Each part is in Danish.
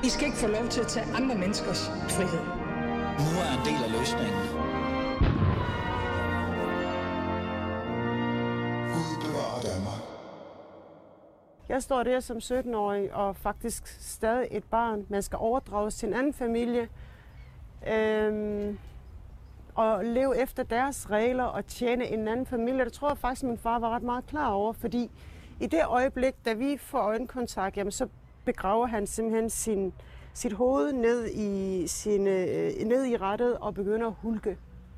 I skal ikke få lov til at tage andre menneskers frihed. Nu er en del af løsningen. Gud bevarer Danmark. Jeg står der som 17-årig og faktisk stadig et barn. Man skal overdrages til en anden familie og leve efter deres regler og tjene en anden familie. Det tror jeg faktisk, min far var ret meget klar over, fordi i det øjeblik, da vi får øjenkontakt, jamen, så begraver han simpelthen sit hoved ned i rattet og begynder at hulke.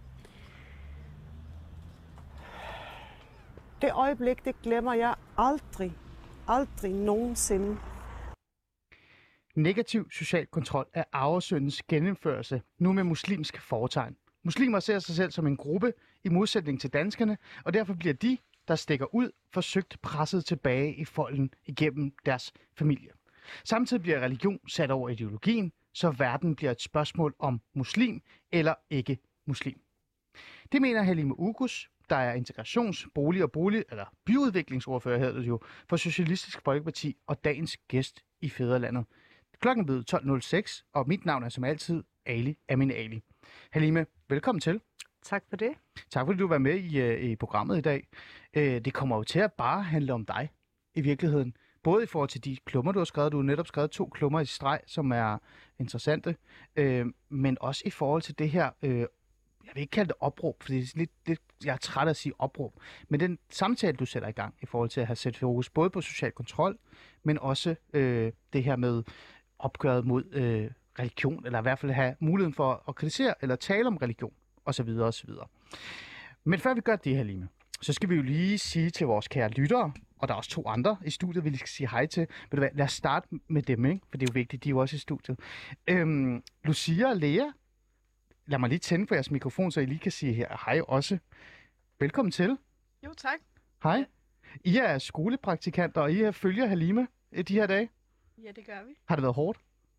Det øjeblik, det glemmer jeg aldrig nogensinde. Negativ social kontrol er arvesyndens genindførelse, nu med muslimsk fortegn. Muslimer ser sig selv som en gruppe i modsætning til danskerne, og derfor bliver de, der stikker ud, forsøgt presset tilbage i folden igennem deres familie. Samtidig bliver religion sat over ideologien, så verden bliver et spørgsmål om muslim eller ikke muslim. Det mener Halime Oguz, der er eller byudviklingsordfører hedder det jo, for Socialistisk Folkeparti og dagens gæst i Fædrelandet. Klokken er blevet 12.06, og mit navn er som altid Ali Amin Ali. Halime, velkommen til. Tak for det. Tak fordi du var med i programmet i dag. Det kommer jo til at bare handle om dig i virkeligheden. Både i forhold til de klummer, du har skrevet. Du har netop skrevet 2 klummer i streg, som er interessante. Men også i forhold til det her, jeg vil ikke kalde det opråb, for det er lidt, jeg er træt af at sige opråb. Men den samtale, du sætter i gang i forhold til at have sat fokus både på social kontrol, men også det her med opgøret mod religion, eller i hvert fald have muligheden for at kritisere eller tale om religion, osv. osv. Men før vi gør det, Halime, så skal vi jo lige sige til vores kære lyttere, og der er også 2 andre i studiet, vi skal sige hej til. Ved du hvad, lad os starte med dem, ikke? For det er jo vigtigt, de er jo også i studiet. Lucia og Lea, lad mig lige tænde for jeres mikrofon, så I lige kan sige her hej også. Velkommen til. Jo, tak. Hej. I er skolepraktikanter, og I følger Halime de her dage. Ja, det gør vi. Har det været hårdt?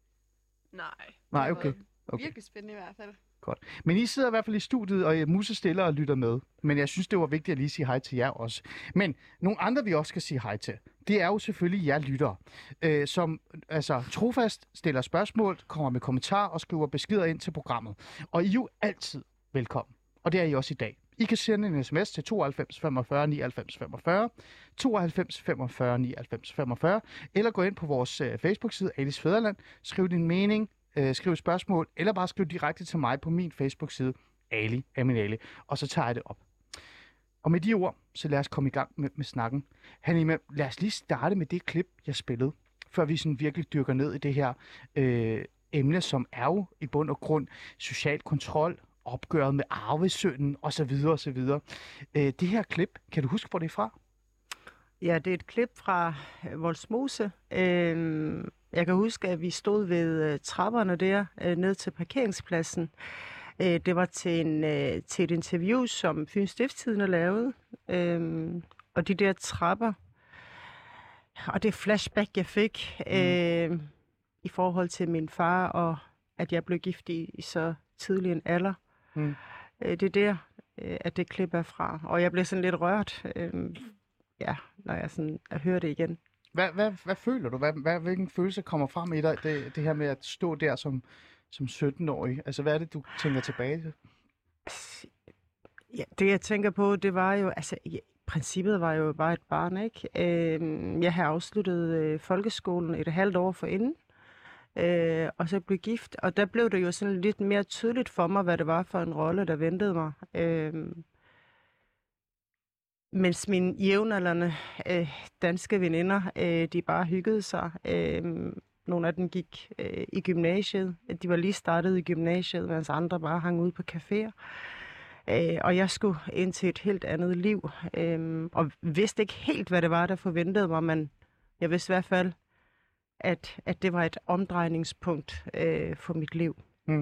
Nej, okay. Virkelig spændende i hvert fald. Godt. Men I sidder i hvert fald i studiet og musestiller og lytter med. Men jeg synes, det var vigtigt at lige sige hej til jer også. Men nogle andre, vi også skal sige hej til, det er jo selvfølgelig jer lyttere, som altså trofast stiller spørgsmål, kommer med kommentarer og skriver beskeder ind til programmet. Og I er jo altid velkommen. Og det er I også i dag. I kan sende en sms til 92 45 99 45, 92 45 99 45, eller gå ind på vores Facebook-side, Alis Fædreland, skriv din mening, skriv et spørgsmål, eller bare skriv direkte til mig på min Facebook-side, Ali Amin Ali, og så tager jeg det op. Og med de ord, så lad os komme i gang med snakken. Halime, lad os lige starte med det klip, jeg spillede, før vi sådan virkelig dykker ned i det her emne, som er jo i bund og grund social kontrol, opgøret med arvesynden osv. osv. Det her klip, kan du huske, hvor det er fra? Ja, det er et klip fra Vollsmose. Jeg kan huske, at vi stod ved trapperne der, ned til parkeringspladsen. Det var til et interview, som Fyns Stiftstidende lavede. Og de der trapper, og det flashback, jeg fik i forhold til min far, og at jeg blev gift i så tidlig en alder. Det er der, at det klip er fra. Og jeg blev sådan lidt rørt, når jeg sådan hører det igen. Hvad føler du? Hvilken følelse kommer frem i dig, det her med at stå der som 17-årig? Altså, hvad er det, du tænker tilbage til? Ja, det jeg tænker på, det var jo, princippet var jo bare et barn, ikke? Jeg havde afsluttet folkeskolen et halvt år forinden, og så blev gift, og der blev det jo sådan lidt mere tydeligt for mig, hvad det var for en rolle, der ventede mig. Mens mine jævnaldrende danske veninder, de bare hyggede sig. Nogle af dem gik i gymnasiet. De var lige startet i gymnasiet, mens andre bare hang ude på caféer. Og jeg skulle ind til et helt andet liv. Og vidste ikke helt, hvad det var, der forventede mig, men jeg vidste i hvert fald, at det var et omdrejningspunkt for mit liv.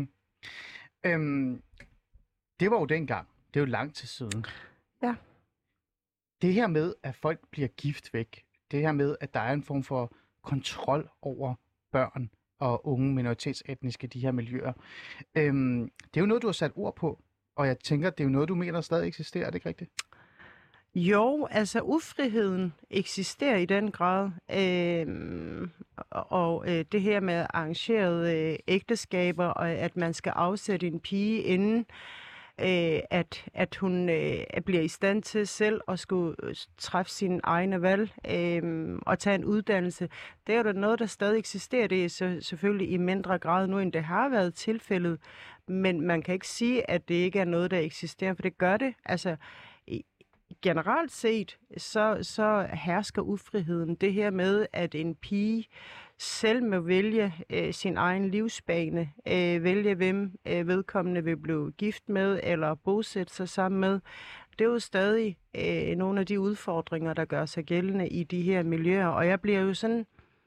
Det var jo dengang. Det er jo lang tid siden. Ja. Det her med, at folk bliver gift væk, det her med, at der er en form for kontrol over børn og unge minoritetsetniske, de her miljøer, det er jo noget, du har sat ord på, og jeg tænker, det er jo noget, du mener, der stadig eksisterer, er det ikke rigtigt? Jo, altså ufriheden eksisterer i den grad, og det her med arrangerede ægteskaber, og at man skal afsætte en pige inden, at hun bliver i stand til selv at skulle træffe sine egne valg og tage en uddannelse. Det er jo da noget, der stadig eksisterer. Det er selvfølgelig i mindre grad nu, end det har været tilfældet, men man kan ikke sige, at det ikke er noget, der eksisterer, for det gør det. Altså, generelt set, så hersker ufriheden. Det her med, at en pige selv må vælge sin egen livsbane, vælge hvem vedkommende vil blive gift med eller bosætte sig sammen med. Det er jo stadig nogle af de udfordringer, der gør sig gældende i de her miljøer. Og jeg bliver jo sådan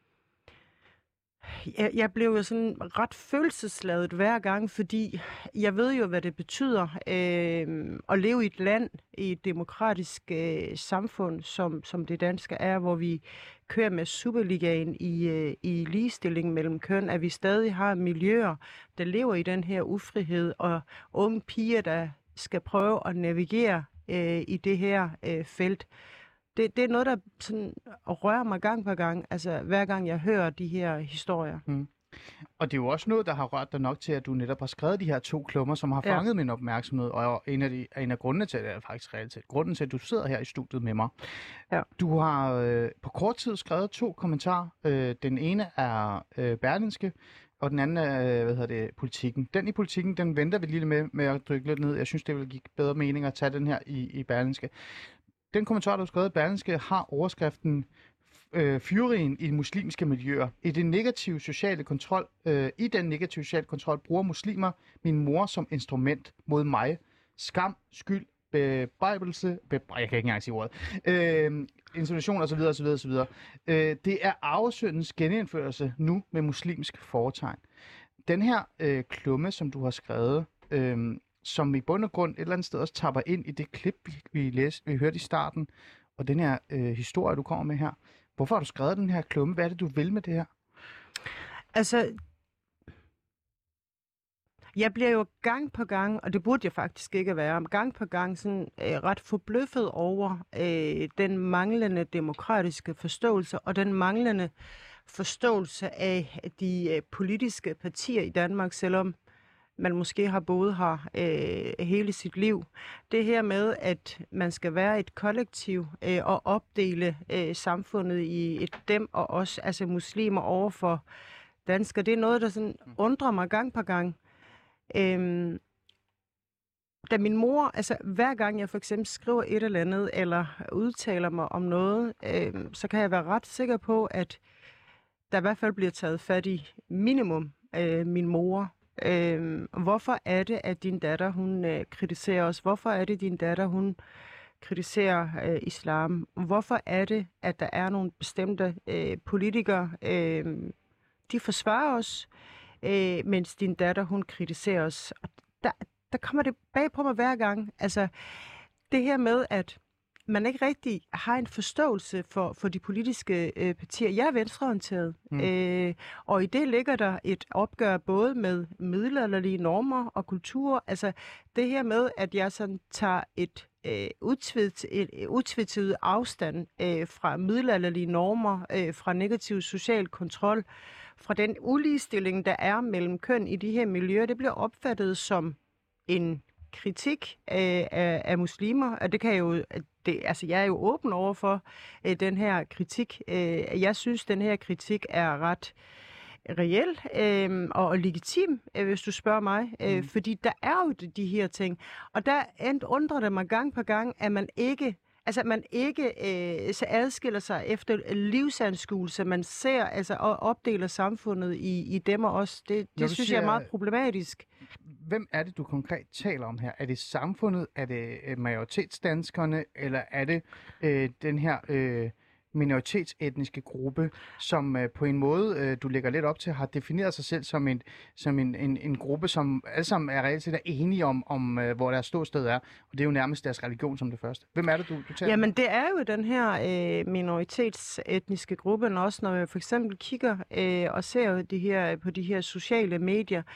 ret følelsesladet hver gang, fordi jeg ved jo, hvad det betyder at leve i et land, i et demokratisk samfund, som det danske er, hvor vi kører med Superligaen i ligestilling mellem køn, at vi stadig har miljøer, der lever i den her ufrihed, og unge piger, der skal prøve at navigere i det her felt. Det er noget, der sådan rører mig gang på gang, altså hver gang jeg hører de her historier. Mm. Og det er jo også noget, der har rørt dig nok til, at du netop har skrevet de her 2 klummer, som har fanget min opmærksomhed, og en af grundene til, det er faktisk reelt grunden til, at du sidder her i studiet med mig. Ja. Du har på kort tid skrevet 2 kommentarer. Den ene er Berlingske, og den anden er, Politikken. Den i Politikken, den venter vi lige med at dykke lidt ned. Jeg synes, det vil give bedre mening at tage den her i Berlingske. Den kommentar, du har skrevet i Berlingske, har overskriften Fyringen i muslimske miljøer. I den negative sociale kontrol bruger muslimer min mor som instrument mod mig. Skam, skyld, bebrejbelse, jeg kan ikke engang sige ordet, institution osv. osv. Det er arvesyndens genindførelse nu med muslimsk foretegn. Den her klumme, som du har skrevet, som i bund og grund et eller andet sted også tapper ind i det klip, vi hørte i starten, og den her historie, du kommer med her. Hvorfor har du skrevet den her klumme? Hvad er det, du vil med det her? Altså, jeg bliver jo gang på gang, og det burde jeg faktisk ikke være, gang på gang sådan ret forbløffet over den manglende demokratiske forståelse, og den manglende forståelse af de politiske partier i Danmark, selvom man måske har boet her hele sit liv. Det her med, at man skal være et kollektiv og opdele samfundet i et dem og os, altså muslimer overfor danskere, det er noget, der sådan undrer mig gang på gang. Da min mor, altså hver gang jeg for eksempel skriver et eller andet, eller udtaler mig om noget, så kan jeg være ret sikker på, at der i hvert fald bliver taget fat i minimum min mor. Hvorfor er det, at din datter, hun kritiserer os? Hvorfor er det, din datter, hun kritiserer islam? Hvorfor er det, at der er nogle bestemte politikere, de forsvarer os, mens din datter, hun kritiserer os? Og der kommer det bag på mig hver gang. Altså, det her med, at man ikke rigtig har en forståelse for de politiske partier. Jeg er venstreorienteret, og i det ligger der et opgør både med middelalderlige normer og kultur. Altså det her med, at jeg sådan tager et utvetydigt afstand fra middelalderlige normer, fra negativ social kontrol, fra den uligestilling, der er mellem køn i de her miljøer, det bliver opfattet som en kritik af muslimer, og det kan jo, jeg er jo åben over for den her kritik. Jeg synes, den her kritik er ret reel og legitim, hvis du spørger mig, fordi der er jo de her ting, og der undrer det mig gang på gang, at man ikke så adskiller sig efter livsanskuelse, man ser og opdeler samfundet i dem og os. Det synes jeg er meget problematisk. Hvem er det, du konkret taler om her? Er det samfundet? Er det majoritetsdanskerne? Eller er det den her minoritetsetniske gruppe, som på en måde, du lægger lidt op til, har defineret sig selv som en gruppe, som alle sammen er reelt set enige om hvor deres ståsted er, og det er jo nærmest deres religion som det første. Hvem er det, du taler om? Jamen, det er jo den her minoritetsetniske gruppe, også når jeg for eksempel kigger og ser på de her sociale medier,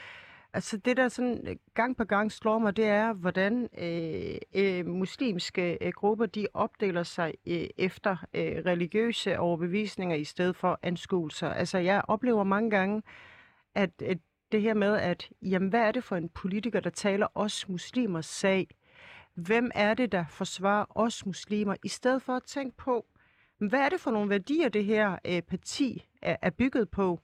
Altså det, der sådan gang på gang slår mig, det er, hvordan muslimske grupper, de opdeler sig efter religiøse overbevisninger i stedet for anskuelser. Altså jeg oplever mange gange, at det her med, at jamen, hvad er det for en politiker, der taler os muslimers sag? Hvem er det, der forsvarer os muslimer? I stedet for at tænke på, hvad er det for nogle værdier, det her parti er bygget på?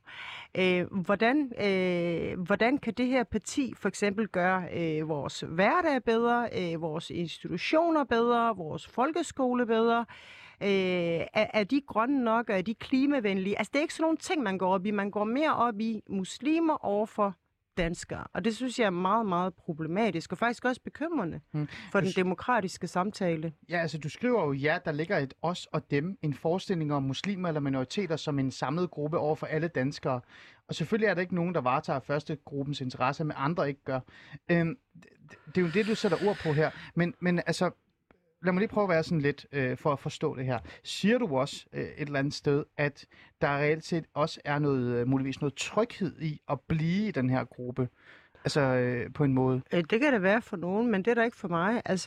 Hvordan kan det her parti for eksempel gøre vores hverdag bedre, vores institutioner bedre, vores folkeskole bedre? Er de grønne nok, og er de klimavenlige? Altså det er ikke sådan nogle ting, man går op i. Man går mere op i muslimer overfor danskere. Og det synes jeg er meget, meget problematisk, og faktisk også bekymrende for den demokratiske samtale. Ja, altså du skriver jo, der ligger et os og dem, en forestilling om muslimer eller minoriteter som en samlet gruppe over for alle danskere. Og selvfølgelig er der ikke nogen, der varetager første gruppens interesser, men andre ikke gør. Det er jo det, du sætter ord på her. Men altså, lad mig lige prøve at være sådan lidt for at forstå det her. Siger du også et eller andet sted, at der reelt set også er muligvis noget tryghed i at blive i den her gruppe? Altså på en måde. Det kan det være for nogen, men det er der ikke for mig. Altså,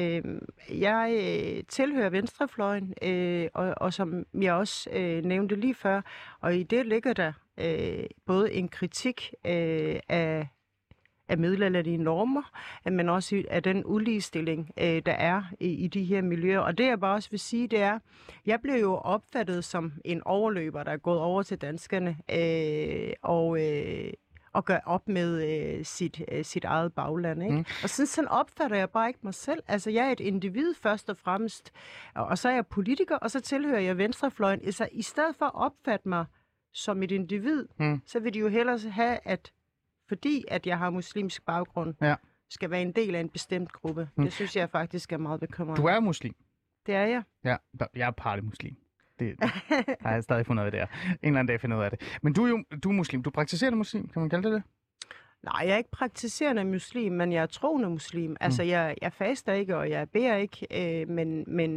jeg tilhører venstrefløjen, og som jeg også nævnte lige før, og i det ligger der både en kritik af middelalderlige normer, men også af den uligestilling, der er i de her miljøer. Og det jeg bare også vil sige, det er, jeg blev jo opfattet som en overløber, der er gået over til danskerne, og gør op med sit eget bagland. Ikke? Og sådan opfatter jeg bare ikke mig selv. Altså, jeg er et individ først og fremmest, og så er jeg politiker, og så tilhører jeg venstrefløjen. Altså, i stedet for at opfatte mig som et individ, så vil de jo hellere have, at fordi at jeg har muslimsk baggrund, skal være en del af en bestemt gruppe. Det synes jeg faktisk er meget bekymrende. Du er muslim? Det er jeg. Ja, jeg er partymuslim. Det har jeg stadig fundet ud af det her. En eller anden dag finder ud af det. Men du er muslim. Du er praktiserende muslim, kan man kalde det? Nej, jeg er ikke praktiserende muslim, men jeg er troende muslim. Altså, jeg faster ikke, og jeg beder ikke, men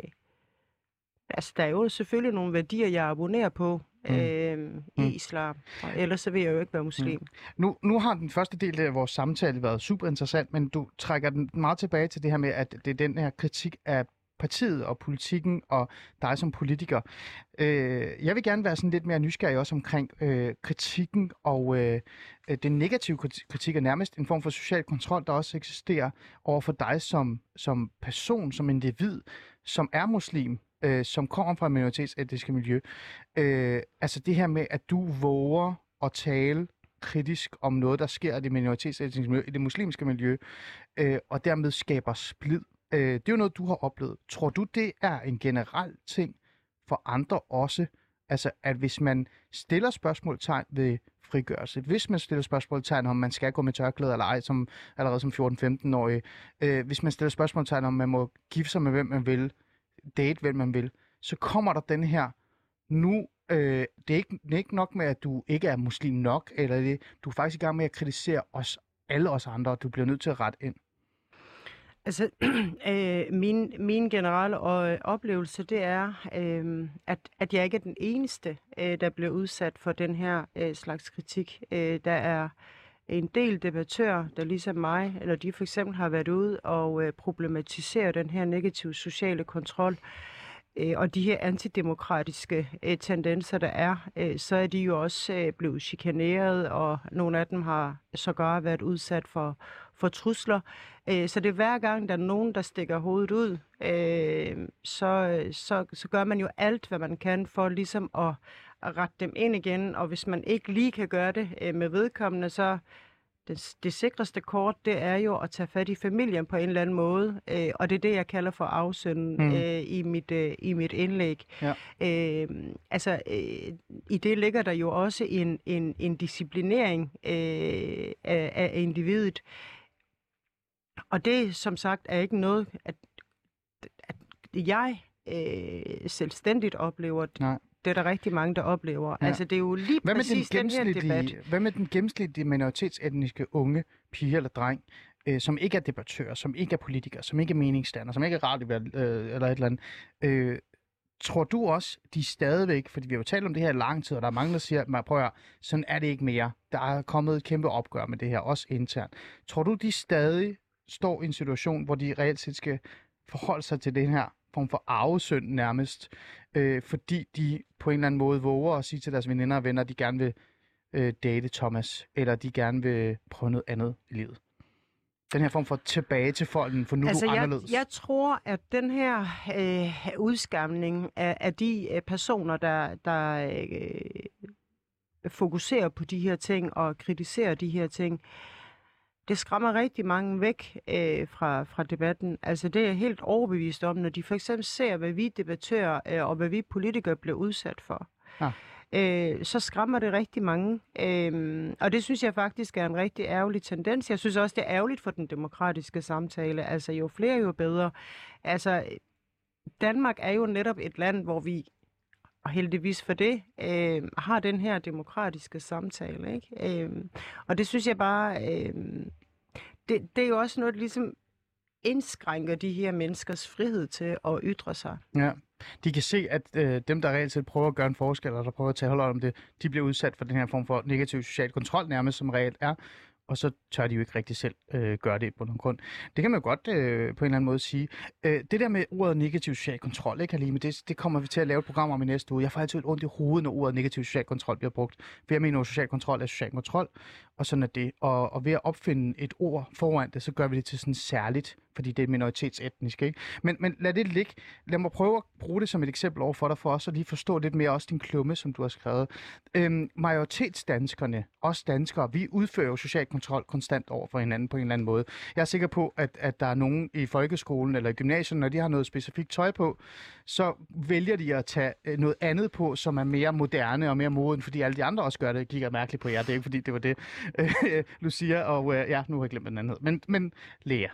altså, der er jo selvfølgelig nogle værdier, jeg abonnerer på i islam, og ellers så vil jeg jo ikke være muslim. Nu har den første del af vores samtale været super interessant, men du trækker den meget tilbage til det her med, at det er den her kritik af partiet og politikken og dig som politiker. Jeg vil gerne være sådan lidt mere nysgerrig også omkring kritikken og den negative kritik er nærmest en form for social kontrol, der også eksisterer over for dig som person, som individ, som er muslim, som kommer fra et minoritetsetniske miljø. Altså det her med, at du våger at tale kritisk om noget, der sker i det minoritetsetniske miljø, i det muslimske miljø, og dermed skaber splid. Det er jo noget, du har oplevet. Tror du, det er en generel ting for andre også? Altså, at hvis man stiller spørgsmålstegn ved frigørelse, hvis man stiller spørgsmålstegn om man skal gå med tørklæde eller ej, allerede som 14-15-årig, hvis man stiller spørgsmålstegn om man må gifte sig med hvem man vil, date hvem man vil, så kommer der den her, nu, det er ikke nok med, at du ikke er muslim nok, eller du er faktisk i gang med at kritisere alle os andre, og du bliver nødt til at rette ind. Altså, min generelle oplevelse, det er, at jeg ikke er den eneste, der bliver udsat for den her slags kritik. Der er en del debattører, der ligesom mig, eller de for eksempel har været ude og problematisere den her negative sociale kontrol, og de her antidemokratiske tendenser, der er, så er de jo også blevet chikaneret, og nogle af dem har sågar været udsat for trusler. Så det er hver gang, der er nogen, der stikker hovedet ud, så gør man jo alt, hvad man kan for ligesom at rette dem ind igen, og hvis man ikke lige kan gøre det med vedkommende, så det sikreste kort, det er jo at tage fat i familien på en eller anden måde, og det er det, jeg kalder for afsønden i mit indlæg. Ja. I det ligger der jo også en disciplinering af individet, og det, som sagt, er ikke noget, at jeg selvstændigt oplever. Nej. Det er der rigtig mange, der oplever. Ja. Altså, det er jo lige præcis den her debat. Hvad med den gennemsnitlige minoritetsetniske unge pige eller dreng, som ikke er debattør, som ikke er politiker, som ikke er meningsstander, som ikke er radiovært eller et eller andet? tror du også, de stadigvæk, fordi vi har jo talt om det her i lang tid, og der er mange, der siger, at prøv at høre, sådan er det ikke mere. Der er kommet et kæmpe opgør med det her, også internt. Tror du, de stadig står i en situation, hvor de reelt set skal forholde sig til den her form for arvesynd nærmest, fordi de på en eller anden måde våger at sige til deres veninder og venner, at de gerne vil date Thomas, eller de gerne vil prøve noget andet i livet? Den her form for tilbage til folden, for nu er du anderledes. Jeg tror, at den her udskamning af de personer, der fokuserer på de her ting og kritiserer de her ting, det skræmmer rigtig mange væk fra debatten. Altså det er jeg helt overbevist om, når de for eksempel ser, hvad vi debattører og hvad vi politikere bliver udsat for. Ja. Så skræmmer det rigtig mange. Og det synes jeg faktisk er en rigtig ærgerlig tendens. Jeg synes også, det er ærgerligt for den demokratiske samtale. Altså jo flere, jo bedre. Altså Danmark er jo netop et land, hvor vi, og heldigvis for det, har den her demokratiske samtale. Ikke? Og det synes jeg bare, det er jo også noget, der ligesom indskrænker de her menneskers frihed til at ytre sig. Ja. De kan se, at dem, der reelt set prøver at gøre en forskel, eller der prøver at tage hold om det, de bliver udsat for den her form for negativ social kontrol nærmest, som reelt er. Og så tør de jo ikke rigtig selv gøre det på nogen grund. Det kan man jo godt på en eller anden måde sige. Det der med ordet negativ social kontrol, ikke Halime, det kommer vi til at lave et program om i næste uge. Jeg får altid lidt ondt i hovedet, når ordet negativ social kontrol bliver brugt. For jeg mener, at social kontrol er social kontrol, og sådan er det. Og ved at opfinde et ord foran det, så gør vi det til sådan særligt, fordi det er minoritetsetnisk, ikke? Men lad det ligge. Lad mig prøve at bruge det som et eksempel over for dig, for os at lige forstå lidt mere også din klumme, som du har skrevet. Majoritetsdanskerne, os danskere, vi udfører jo social kontrol konstant over for hinanden på en eller anden måde. Jeg er sikker på, at der er nogen i folkeskolen eller i gymnasiet, når de har noget specifikt tøj på, så vælger de at tage noget andet på, som er mere moderne og mere moden, fordi alle de andre også gør det. Kigger mærkeligt på jer. Det er ikke, fordi det var det, Lucia og ja, nu har jeg glemt den anden hed. Men Lea.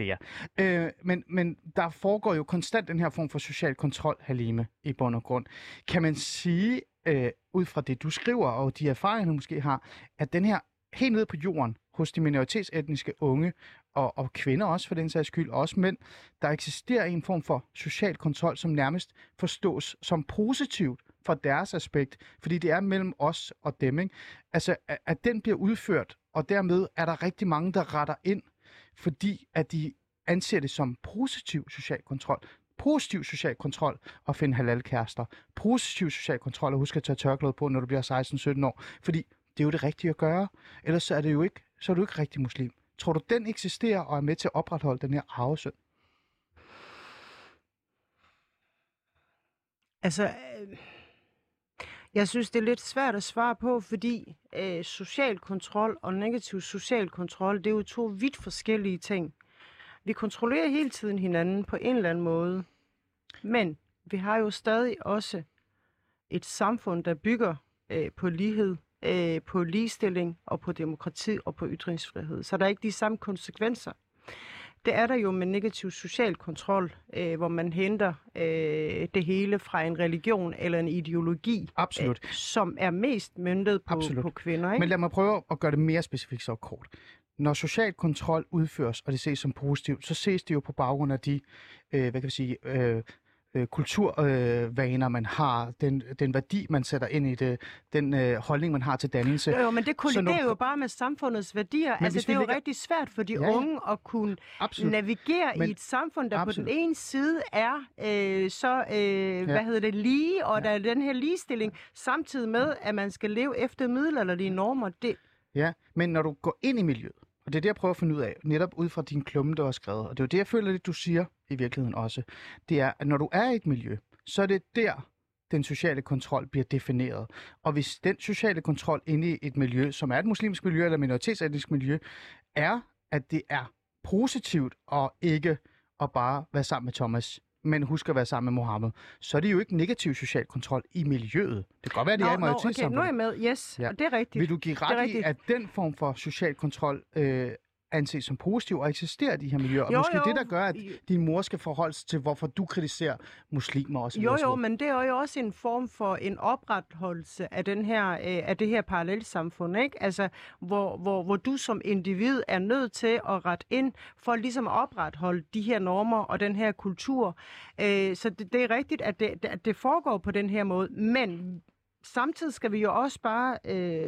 Men der foregår jo konstant den her form for social kontrol, Halime, i bund og grund. Kan man sige, ud fra det du skriver, og de erfaringer du måske har, at den her helt nede på jorden, hos de minoritetsetniske unge, og kvinder også for den sags skyld, og også mænd, der eksisterer en form for social kontrol, som nærmest forstås som positivt fra deres aspekt, fordi det er mellem os og dem, ikke? Altså, at den bliver udført, og dermed er der rigtig mange, der retter ind, fordi at de anser det som positiv social kontrol. Positiv social kontrol at finde halalkærester. Positiv social kontrol at huske at tage tørklæde på, når du bliver 16-17 år. Fordi det er jo det rigtige at gøre. Ellers så er det jo ikke, så er du ikke rigtig muslim. Tror du, den eksisterer og er med til at opretholde den her arvesynd? Altså, jeg synes, det er lidt svært at svare på, fordi social kontrol og negativ social kontrol, det er jo to vidt forskellige ting. Vi kontrollerer hele tiden hinanden på en eller anden måde, men vi har jo stadig også et samfund, der bygger på lighed, på ligestilling og på demokrati og på ytringsfrihed. Så der er ikke de samme konsekvenser. Det er der jo med negativ social kontrol, hvor man henter det hele fra en religion eller en ideologi, som er mest møntet på kvinder. Ikke? Men lad mig prøve at gøre det mere specifikt så kort. Når social kontrol udføres, og det ses som positivt, så ses det jo på baggrund af de, kulturvaner, man har, den værdi, man sætter ind i det, den holdning, man har til dannelse. Jo, men det kolliderer jo bare med samfundets værdier. Altså, det er jo rigtig svært for de unge at kunne navigere i et samfund, der på den ene side er lige, og der er den her ligestilling, samtidig med, at man skal leve efter middelalderlige normer. Ja, men når du går ind i miljøet, og det er det, jeg prøver at finde ud af, netop ud fra din klumme, du har skrevet, og det er jo det, jeg føler lidt, du siger i virkeligheden også, det er, at når du er i et miljø, så er det der, den sociale kontrol bliver defineret. Og hvis den sociale kontrol inde i et miljø, som er et muslimsk miljø eller minoritetsetnisk miljø, er, at det er positivt og ikke at bare være sammen med Thomas, men husk at være sammen med Mohammed, så er det jo ikke negativ social kontrol i miljøet. Det kan godt være, at det er i majoritetssamfundet. Okay, nu er jeg med. Yes, ja. Det er rigtigt. Vil du give ret i, at den form for social kontrol anses som positiv og eksisterer i de her miljøer. Og måske det, der gør, at din mor skal forholde sig til, hvorfor du kritiserer muslimer osv. Jo, men det er jo også en form for en opretholdelse af af det her parallelsamfund, ikke? Altså, hvor du som individ er nødt til at rette ind for ligesom at opretholde de her normer og den her kultur. Så det er rigtigt, at det foregår på den her måde, men samtidig skal vi jo også bare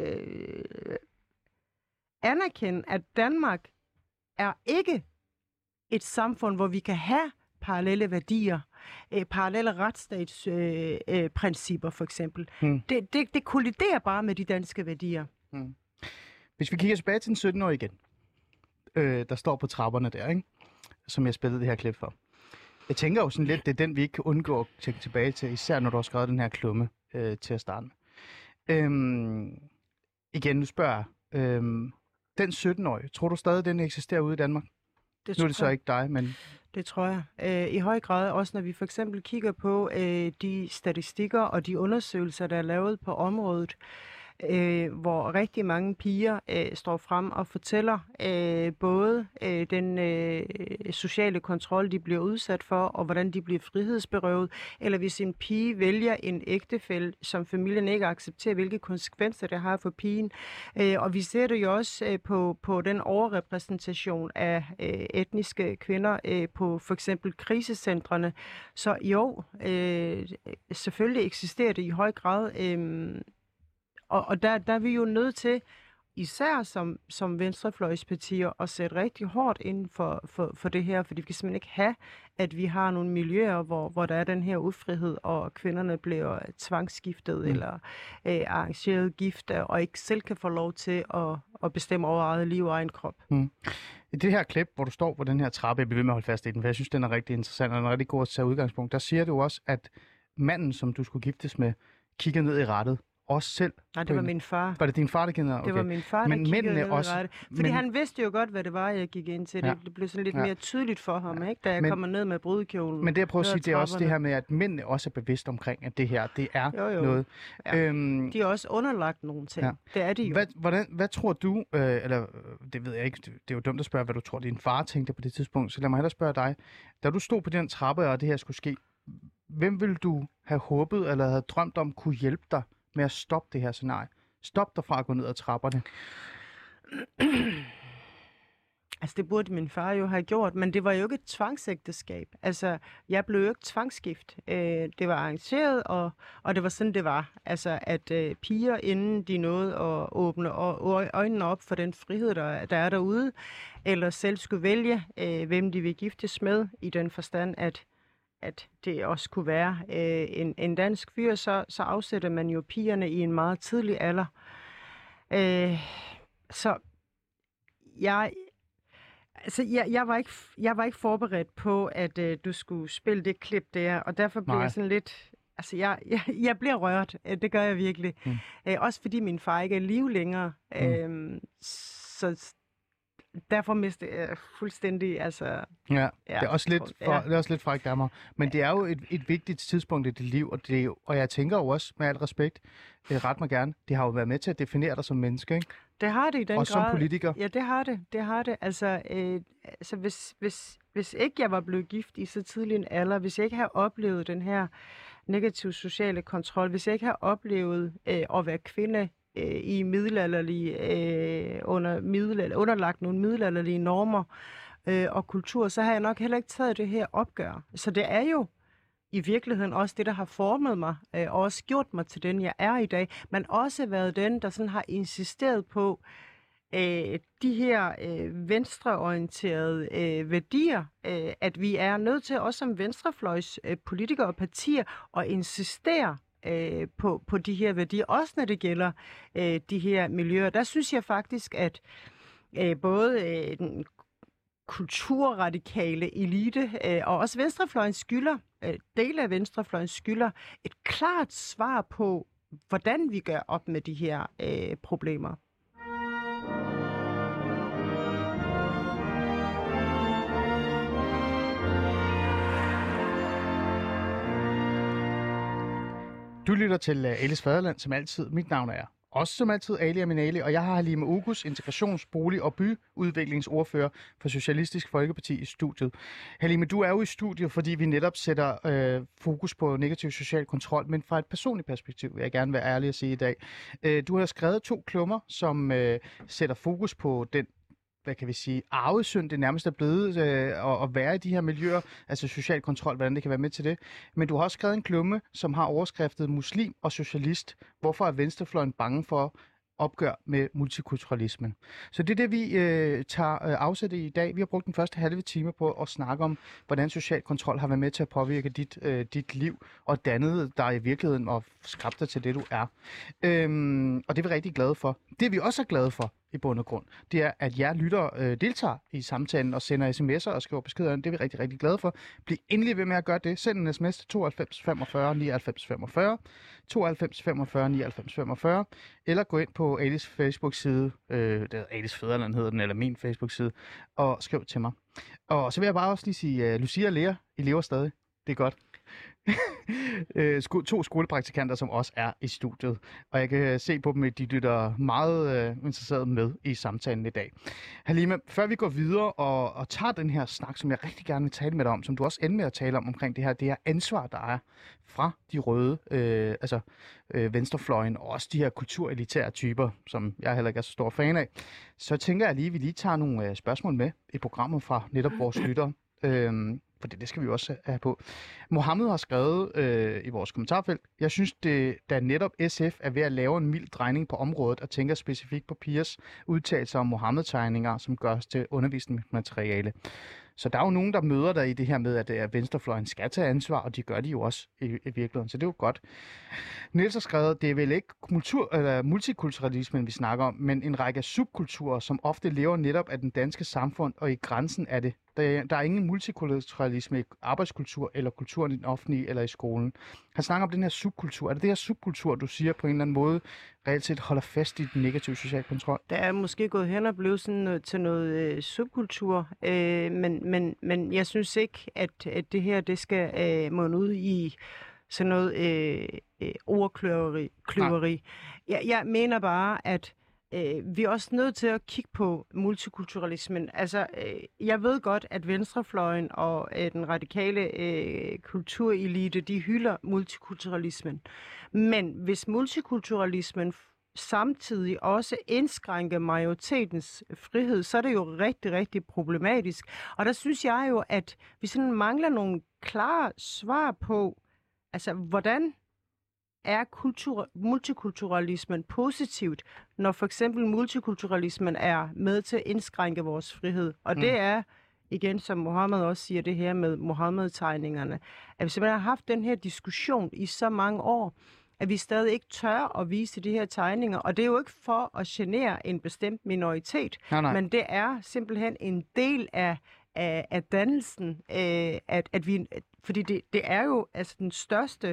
anerkende, at Danmark er ikke et samfund, hvor vi kan have parallelle værdier, parallelle retsstatsprincipper for eksempel. Det kolliderer bare med de danske værdier. Hvis vi kigger tilbage til den 17-årige igen, der står på trapperne der, ikke? Som jeg spillede det her klip for. Jeg tænker jo sådan lidt, det er den, vi ikke kan undgå at tænke tilbage til, især når du har skrevet den her klumme til at starte med. Igen, nu spørger jeg. Den 17-årige, tror du stadig, den eksisterer ude i Danmark? Nu er det så ikke dig, men... Det tror jeg. I høj grad, også når vi for eksempel kigger på de statistikker og de undersøgelser, der er lavet på området, hvor rigtig mange piger står frem og fortæller både den sociale kontrol, de bliver udsat for, og hvordan de bliver frihedsberøvet, eller hvis en pige vælger en ægtefælle, som familien ikke accepterer, hvilke konsekvenser det har for pigen. Og vi ser det jo også på den overrepræsentation af etniske kvinder på for eksempel krisecentrene. Så jo, selvfølgelig eksisterer det i høj grad. Og der er vi jo nødt til, især som venstrefløjspartier, at sætte rigtig hårdt ind for det her, fordi vi kan simpelthen ikke have, at vi har nogle miljøer, hvor der er den her ufrihed, og kvinderne bliver tvangsgiftet eller arrangeret gift, og ikke selv kan få lov til at bestemme over eget liv og egen krop. I det her klip, hvor du står på den her trappe, jeg bliver ved med at holde fast i den, for jeg synes, den er rigtig interessant, og den er rigtig god at tage udgangspunkt, der siger du også, at manden, som du skulle giftes med, kigger ned i rattet. Også selv? Nej, det var min far. Var det din far, der kendte? Okay. Det var min far, der kiggede ned i rattet. Fordi han vidste jo godt, hvad det var, jeg gik ind til. Ja. Det blev sådan lidt mere tydeligt for ham, ikke? Da jeg kommer ned med brudekjolen. Men det jeg prøver at sige, det er også det her med, at mændene også er bevidst omkring, at det her, det er noget. Ja. De er også underlagt nogle ting. Ja. Det er de jo. Hvad tror du, eller det ved jeg ikke, det er jo dumt at spørge, hvad du tror, din far tænkte på det tidspunkt, så lad mig hellere spørge dig. Da du stod på den trappe, og det her skulle ske, hvem ville du have håbet, eller havde drømt om, kunne hjælpe dig med at stoppe det her scenarie? Stop dig fra at gå ned ad trapperne. Altså, det burde min far jo have gjort, men det var jo ikke et tvangsægteskab. Altså, jeg blev jo ikke tvangsgift. Det var arrangeret, og det var sådan, det var. Altså, at piger, inden de nåede at åbne øjnene op for den frihed, der er derude, eller selv skulle vælge, hvem de vil giftes med, i den forstand, at det også kunne være en dansk fyr, så afsætter man jo pigerne i en meget tidlig alder. Så jeg var ikke forberedt på, at du skulle spille det klip der, og derfor blev jeg sådan lidt... Altså, jeg bliver rørt. Det gør jeg virkelig. Også fordi min far ikke er i live længere. Så derfor mister jeg fuldstændig, altså... Ja, det er også lidt frækt af mig. Men det er jo et vigtigt tidspunkt i dit liv, og jeg tænker jo også, med al respekt, ret mig gerne, det har jo været med til at definere dig som menneske, ikke? Det har det i den grad. Og som politiker. Ja, det har det. Altså hvis ikke jeg var blevet gift i så tidlig en alder, hvis jeg ikke havde oplevet den her negative sociale kontrol, hvis jeg ikke havde oplevet at være kvinde i middelalderlige, underlagt nogle middelalderlige normer og kultur, så har jeg nok heller ikke taget det her opgør. Så det er jo i virkeligheden også det, der har formet mig, og også gjort mig til den, jeg er i dag, men også været den, der sådan har insisteret på de her venstreorienterede værdier, at vi er nødt til, også som venstrefløjs politikere og partier, at insistere på de her værdier, også når det gælder de her miljøer. Der synes jeg faktisk, at både den kulturradikale elite og også venstrefløjens skylder, dele af venstrefløjens skylder, et klart svar på, hvordan vi gør op med de her problemer. Du lytter til Alice Faderland, som altid. Mit navn er Også som altid Ali Aminali, og jeg har Halime Oguz, integrations-, bolig- og byudviklingsordfører for Socialistisk Folkeparti i studiet. Halime, du er jo i studiet, fordi vi netop sætter fokus på negativ social kontrol, men fra et personligt perspektiv vil jeg gerne være ærlig at sige i dag. Du har skrevet 2 klummer, som sætter fokus på den, hvad kan vi sige, arvesynd, det nærmest er blevet at være i de her miljøer, altså social kontrol, hvordan det kan være med til det. Men du har også skrevet en klumme, som har overskriftet muslim og socialist. Hvorfor er venstrefløjen bange for opgør med multikulturalismen? Så det er det, vi tager afsæt i dag. Vi har brugt den første halve time på at snakke om, hvordan social kontrol har været med til at påvirke dit liv og dannet dig i virkeligheden og skabt dig til det, du er. Og det er vi rigtig glade for. Det vi også er glade for i bund og grund, det er, at jer lytter deltager i samtalen og sender sms'er og skriver beskeder. Det er vi rigtig, rigtig glade for. Bliv endelig ved med at gøre det. Send en sms til 92 45 99 45, 92 45 99 45, eller gå ind på Alis Facebook-side, Alis Fædreland hedder den, eller min Facebook-side, og skriv til mig. Og så vil jeg bare også lige sige, Lucia og Lea, I lever stadig. Det er godt. 2 skolepraktikanter, som også er i studiet. Og jeg kan se på dem, at de lytter meget interesseret med i samtalen i dag. Halime, før vi går videre og tager den her snak, som jeg rigtig gerne vil tale med dig om, som du også ender med at tale om omkring det her ansvar, der er fra de røde, venstrefløjen, og også de her kulturelitære typer, som jeg heller ikke er så stor fan af, så tænker jeg lige, at vi lige tager nogle spørgsmål med i programmet fra netop vores lyttere. For det skal vi også have på. Mohammed har skrevet i vores kommentarfelt: jeg synes, da netop SF er ved at lave en mild drejning på området og tænker specifikt på Pias udtalelser om Mohammed-tegninger, som gøres til undervisningsmateriale. Så der er jo nogen, der møder dig i det her med, at venstrefløjen skal tage ansvar, og de gør de jo også i virkeligheden, så det er jo godt. Niels har skrevet: det er vel ikke multikulturalismen, vi snakker om, men en række subkulturer, som ofte lever netop af den danske samfund, og i grænsen af det. Der er ingen multikulturalisme i arbejdskultur eller kulturen i den offentlige eller i skolen. Han snakker om den her subkultur. Er det her subkultur, du siger på en eller anden måde, reelt set holder fast i den negative social kontrol? Der er måske gået hen og blevet sådan til noget subkultur, men jeg synes ikke, at det her det skal munde ud i sådan noget ordkløveri. Jeg mener bare, at vi er også nødt til at kigge på multikulturalismen. Altså, jeg ved godt, at venstrefløjen og den radikale kulturelite, de hylder multikulturalismen. Men hvis multikulturalismen samtidig også indskrænker majoritetens frihed, så er det jo rigtig, rigtig problematisk. Og der synes jeg jo, at vi sådan mangler nogle klare svar på, altså, hvordan er multikulturalismen positivt, når for eksempel multikulturalismen er med til at indskrænke vores frihed. Og det er, igen som Mohammed også siger, det her med Mohammed-tegningerne, at vi simpelthen har haft den her diskussion i så mange år, at vi stadig ikke tør at vise de her tegninger. Og det er jo ikke for at genere en bestemt minoritet, men det er simpelthen en del af dannelsen, at vi... Fordi det er jo altså den største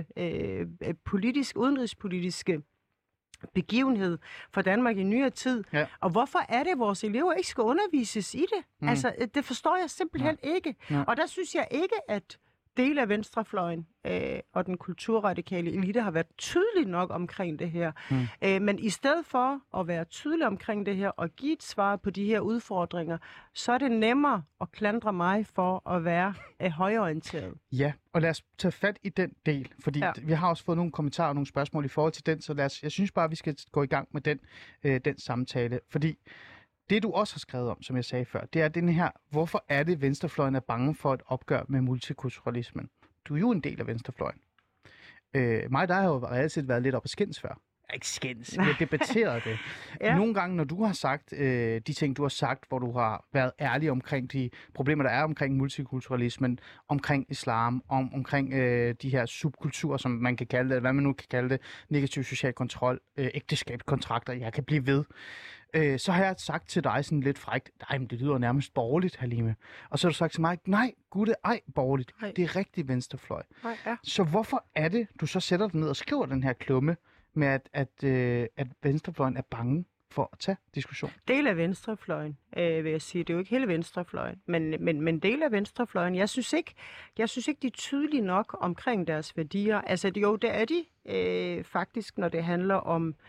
udenrigspolitiske begivenhed for Danmark i nyere tid. Ja. Og hvorfor er det, at vores elever ikke skal undervises i det? Altså, det forstår jeg simpelthen ikke. Ja. Og der synes jeg ikke, at dele af venstrefløjen og den kulturradikale elite har været tydelige nok omkring det her. Men i stedet for at være tydelig omkring det her og give et svar på de her udfordringer, så er det nemmere at klandre mig for at være højreorienteret. Ja, og lad os tage fat i den del, fordi vi har også fået nogle kommentarer og nogle spørgsmål i forhold til den, så jeg synes bare, vi skal gå i gang med den samtale, fordi det, du også har skrevet om, som jeg sagde før, det er den her: hvorfor er det, venstrefløjen er bange for et opgør med multikulturalismen? Du er jo en del af venstrefløjen. Mig og dig har jo reelt set været lidt op at skændes før. Ikke skændes, vi har debatteret det. Nogle gange, når du har sagt de ting, du har sagt, hvor du har været ærlig omkring de problemer, der er omkring multikulturalismen, omkring islam, omkring de her subkulturer, som man kan kalde det, hvad man nu kan kalde det, negativ social kontrol, ægteskabskontrakter, jeg kan blive ved. Så har jeg sagt til dig sådan lidt frækt: nej, men det lyder nærmest borgerligt, Halime. Og så har du sagt til mig: nej, gud, borgerligt. Nej. Det er rigtig venstrefløj. Nej, ja. Så hvorfor er det, du så sætter dig ned og skriver den her klumme med, at venstrefløjen er bange for at tage diskussion? Del af venstrefløjen, vil jeg sige. Det er jo ikke hele venstrefløjen, men del af venstrefløjen. Jeg synes ikke, de er tydelige nok omkring deres værdier. Altså, det er de faktisk, når det handler om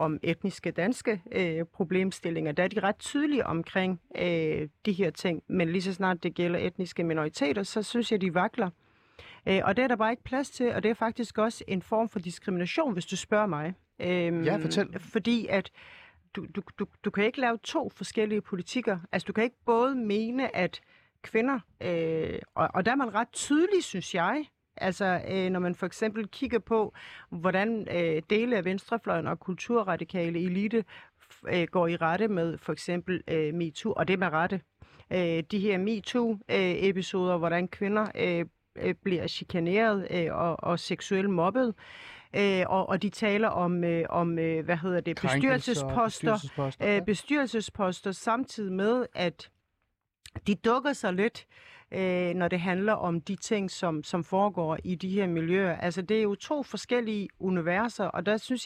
om etniske danske problemstillinger, der er de ret tydelige omkring de her ting. Men lige så snart det gælder etniske minoriteter, så synes jeg, de vakler. Og det er der bare ikke plads til, og det er faktisk også en form for diskrimination, hvis du spørger mig. Ja, fortæl. Fordi at du kan ikke lave to forskellige politikker. Altså, du kan ikke både mene, at kvinder, og der er man ret tydelig, synes jeg, altså, når man for eksempel kigger på, hvordan dele af venstrefløjen og kulturradikale elite går i rette med for eksempel MeToo, og det med rette. De her MeToo-episoder, hvordan kvinder bliver chikaneret og seksuelt mobbet, og de taler om bestyrelsesposter, samtidig med, at de dukker sig lidt, når det handler om de ting, som foregår i de her miljøer. Altså, det er jo to forskellige universer, og der synes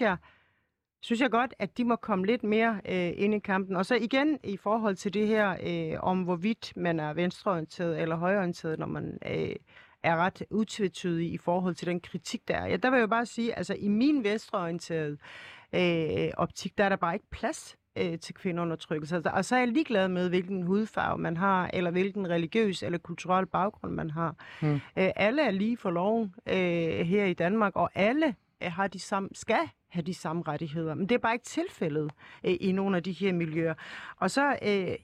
jeg godt, at de må komme lidt mere ind i kampen. Og så igen i forhold til det her om, hvorvidt man er venstreorienteret eller højreorienteret, når man er ret utvetydig i forhold til den kritik, der er. Ja, der vil jeg jo bare sige, altså i min venstreorienterede optik, der er der bare ikke plads til kvindeundertrykkelse. Og så er jeg ligeglad med, hvilken hudfarve man har, eller hvilken religiøs eller kulturel baggrund man har. Alle er lige for loven her i Danmark, og alle skal have de samme rettigheder. Men det er bare ikke tilfældet i nogle af de her miljøer. Og så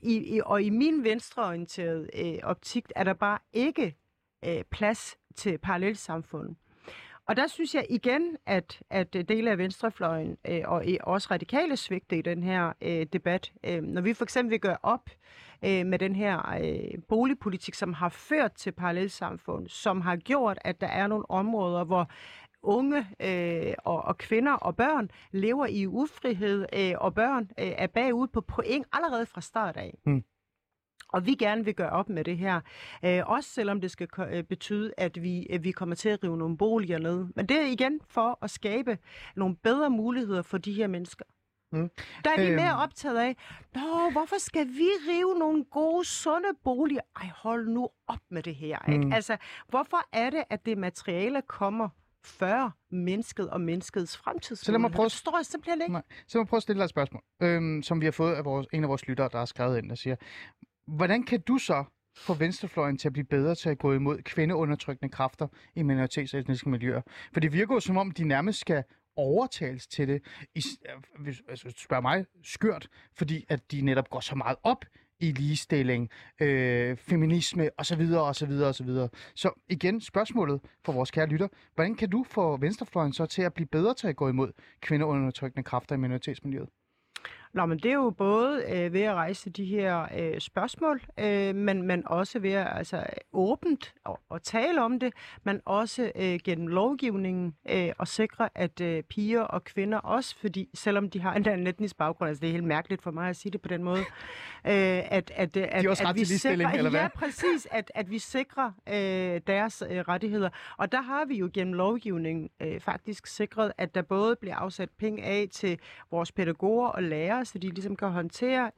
i min venstreorienterede optik er der bare ikke plads til parallelsamfund. Og der synes jeg igen, at dele af venstrefløjen og også radikale svigte i den her debat, når vi for eksempel vil gøre op med den her boligpolitik, som har ført til parallelsamfund, som har gjort, at der er nogle områder, hvor unge og kvinder og børn lever i ufrihed, og børn er bagud på point allerede fra start af. Og vi gerne vil gøre op med det her. Også selvom det skal betyde, at vi kommer til at rive nogle boliger ned. Men det er igen for at skabe nogle bedre muligheder for de her mennesker. Der er vi mere optaget af, hvorfor skal vi rive nogle gode, sunde boliger? Ej, hold nu op med det her. Ikke? Altså, hvorfor er det, at det materiale kommer før mennesket og menneskets fremtidsmuligheder? Så lad mig prøve at stille dig et spørgsmål, som vi har fået af en af vores lyttere, der har skrevet ind, der siger, hvordan kan du så få venstrefløjen til at blive bedre til at gå imod kvindeundertrykkende kræfter i minoritetsetniske miljøer? For det virker jo som om, de nærmest skal overtales til det, hvis du spørger mig, skørt, fordi at de netop går så meget op i ligestilling, feminisme osv. osv. Så igen spørgsmålet for vores kære lytter, hvordan kan du få venstrefløjen så til at blive bedre til at gå imod kvindeundertrykkende kræfter i minoritetsmiljøet? Nå, men det er jo både ved at rejse de her spørgsmål, men også ved at åbent og tale om det, men også gennem lovgivningen og sikre, at piger og kvinder også, fordi selvom de har en etnisk baggrund, altså det er helt mærkeligt for mig at sige det på den måde, at de er også ret til ligestilling, eller hvad? Ja, præcis, at vi sikrer deres rettigheder. Og der har vi jo gennem lovgivningen faktisk sikret, at der både bliver afsat penge af til vores pædagoger og lærere, så de ligesom kan håndtere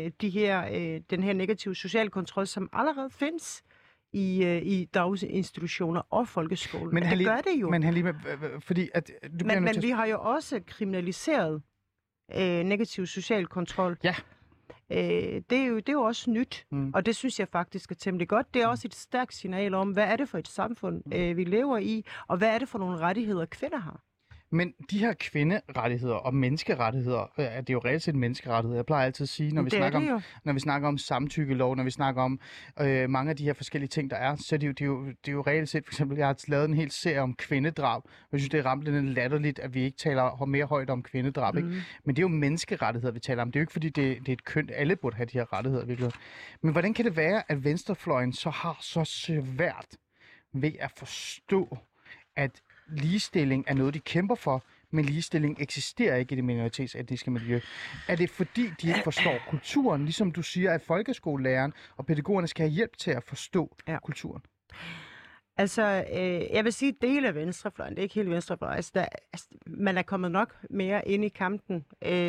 den her negative sociale kontrol, som allerede findes i daginstitutioner og folkeskoler. Men det gør det jo. Men fordi at men vi har jo også kriminaliseret negativ social kontrol. Ja. Det er jo også nyt, og det synes jeg faktisk er temmelig godt. Det er også et stærkt signal om, hvad er det for et samfund, vi lever i, og hvad er det for nogle rettigheder, kvinder har. Men de her kvinderettigheder og menneskerettigheder, det er jo reelt set menneskerettigheder. Jeg plejer altid at sige, når vi snakker om samtykkelov, når vi snakker om mange af de her forskellige ting, der er, så er det er jo reelt set, for eksempel, jeg har lavet en hel serie om kvindedrab. Jeg synes, det er ramlende latterligt, at vi ikke taler mere højt om kvindedrab. Ikke? Men det er jo menneskerettigheder, vi taler om. Det er jo ikke, fordi det er et køn. Alle burde have de her rettigheder, virkelig. Men hvordan kan det være, at venstrefløjen så har så svært ved at forstå, at ligestilling er noget, de kæmper for, men ligestilling eksisterer ikke i det minoritetsetniske miljø? Er det fordi, de ikke forstår kulturen, ligesom du siger, at folkeskolelæreren og pædagogerne skal have hjælp til at forstå kulturen? Altså, jeg vil sige, dele af venstrefløjen, det er ikke helt venstrefløjen, man er kommet nok mere ind i kampen,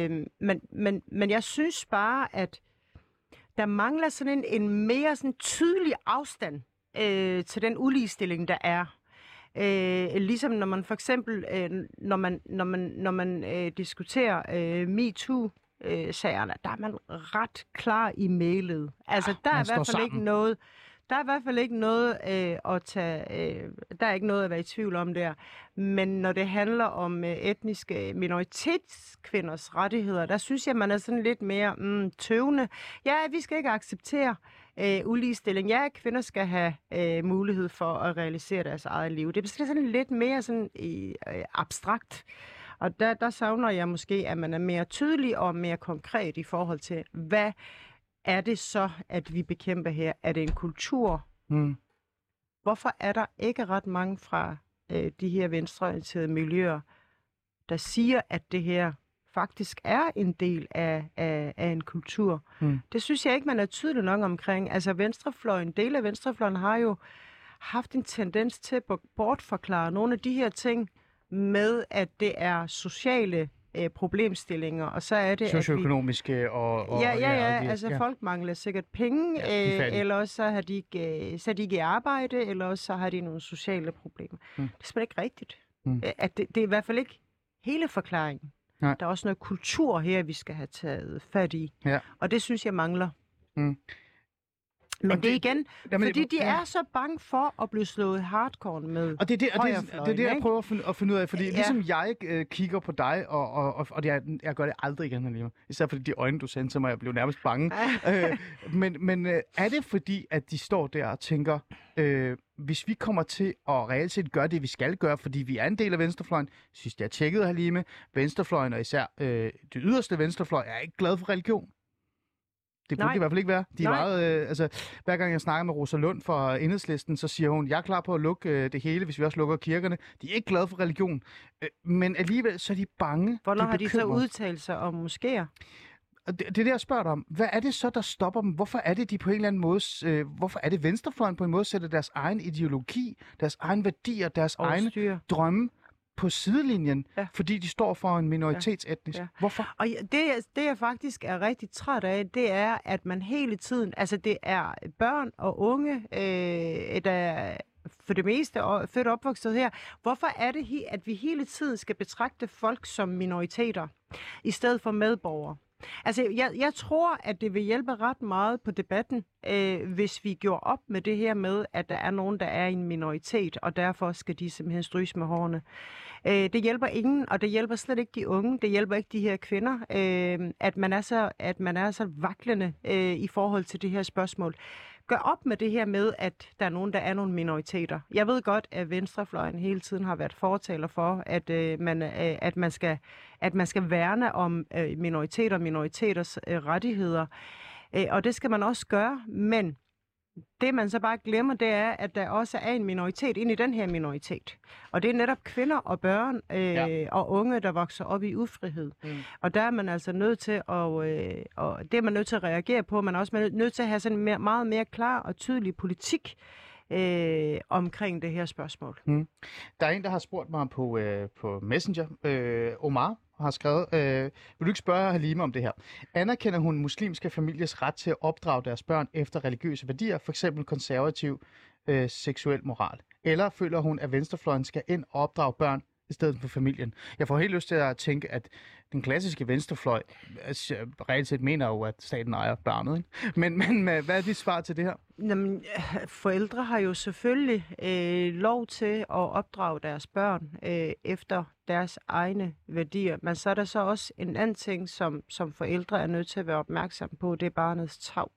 men jeg synes bare, at der mangler sådan en mere sådan tydelig afstand til den uligestilling, der er. Ligesom når man for eksempel, når man diskuterer MeToo-sagerne, der er man ret klar i mailet. Altså, der er i hvert fald ikke noget... Der er i hvert fald ikke noget at tage, der er ikke noget at være i tvivl om der. Men når det handler om etniske minoritetskvinders rettigheder, der synes jeg, man er sådan lidt mere tøvende. Ja, vi skal ikke acceptere uligestilling. Ja, kvinder skal have mulighed for at realisere deres eget liv. Det er sådan lidt mere sådan, abstrakt. Og der savner jeg måske, at man er mere tydelig og mere konkret i forhold til, hvad er det så, at vi bekæmper her? Er det en kultur? Hvorfor er der ikke ret mange fra de her venstreorienterede miljøer, der siger, at det her faktisk er en del af en kultur? Det synes jeg ikke, man er tydelig nok omkring. Altså dele af venstrefløjen har jo haft en tendens til at bortforklare nogle af de her ting med, at det er sociale problemstillinger, og så er det socioøkonomiske og altså folk mangler sikkert penge, eller også så har de ikke i arbejde, eller også så har de nogle sociale problemer. Det er simpelthen ikke rigtigt. At det er i hvert fald ikke hele forklaringen. Nej. Der er også noget kultur her, vi skal have taget fat i, og det synes jeg mangler. Men det er igen, fordi de er så bange for at blive slået hardcore med. Og det er det, jeg prøver at finde ud af, fordi ligesom jeg kigger på dig, og jeg gør det aldrig igen alligevel, især fordi de øjne, du sendte til mig, jeg blev nærmest bange. Men er det fordi, at de står der og tænker, hvis vi kommer til at reelt set gøre det, vi skal gøre, fordi vi er en del af venstrefløjen, synes jeg tjekkede Halime, venstrefløjen og især det yderste venstrefløj er ikke glad for religion. Det burde de i hvert fald ikke være. De er meget, hver gang jeg snakker med Rosa Lund fra Enhedslisten, så siger hun, jeg er klar på at lukke det hele, hvis vi også lukker kirkerne. De er ikke glade for religion, men alligevel så er de bange. Hvornår har de så udtalt sig om moskéer? Det er det, jeg spørger dig om. Hvad er det så, der stopper dem? Hvorfor er det, de på en eller anden måde... hvorfor er det venstrefløjen på en måde sætter deres egen ideologi, deres egen værdier, deres egne drømme på sidelinjen, fordi de står for en minoritetsetnisk. Hvorfor? Og det, jeg faktisk er rigtig træt af, det er, at man hele tiden... Altså, det er børn og unge, der for det meste født og opvokset her. Hvorfor er det, at vi hele tiden skal betragte folk som minoriteter, i stedet for medborgere? Altså, jeg tror, at det vil hjælpe ret meget på debatten, hvis vi gjorde op med det her med, at der er nogen, der er en minoritet, og derfor skal de simpelthen stryges med hårene. Det hjælper ingen, og det hjælper slet ikke de unge. Det hjælper ikke de her kvinder, at man er så vaklende i forhold til det her spørgsmål. Gør op med det her med, at der er nogen, der er nogle minoriteter. Jeg ved godt, at venstrefløjen hele tiden har været fortaler for, at man skal værne om minoriteter og minoriteters rettigheder. Og det skal man også gøre, men det, man så bare glemmer, det er, at der også er en minoritet ind i den her minoritet. Og det er netop kvinder og børn og unge, der vokser op i ufrihed. Og der er man altså nødt til det er man nødt til at reagere på. Man er også nødt til at have sådan en meget mere klar og tydelig politik omkring det her spørgsmål. Der er en, der har spurgt mig på Messenger, Omar, har skrevet, vil du ikke spørge Halime om det her? Anerkender hun muslimske familiers ret til at opdrage deres børn efter religiøse værdier, f.eks. konservativ seksuel moral? Eller føler hun, at venstrefløjen skal ind og opdrage børn i stedet for familien? Jeg får helt lyst til at tænke, at den klassiske venstrefløj reelt set mener jo, at staten ejer barnet. Ikke? Men hvad er dit svar til det her? Jamen, forældre har jo selvfølgelig lov til at opdrage deres børn efter deres egne værdier. Men så er der så også en anden ting, som forældre er nødt til at være opmærksom på, det er barnets tarv.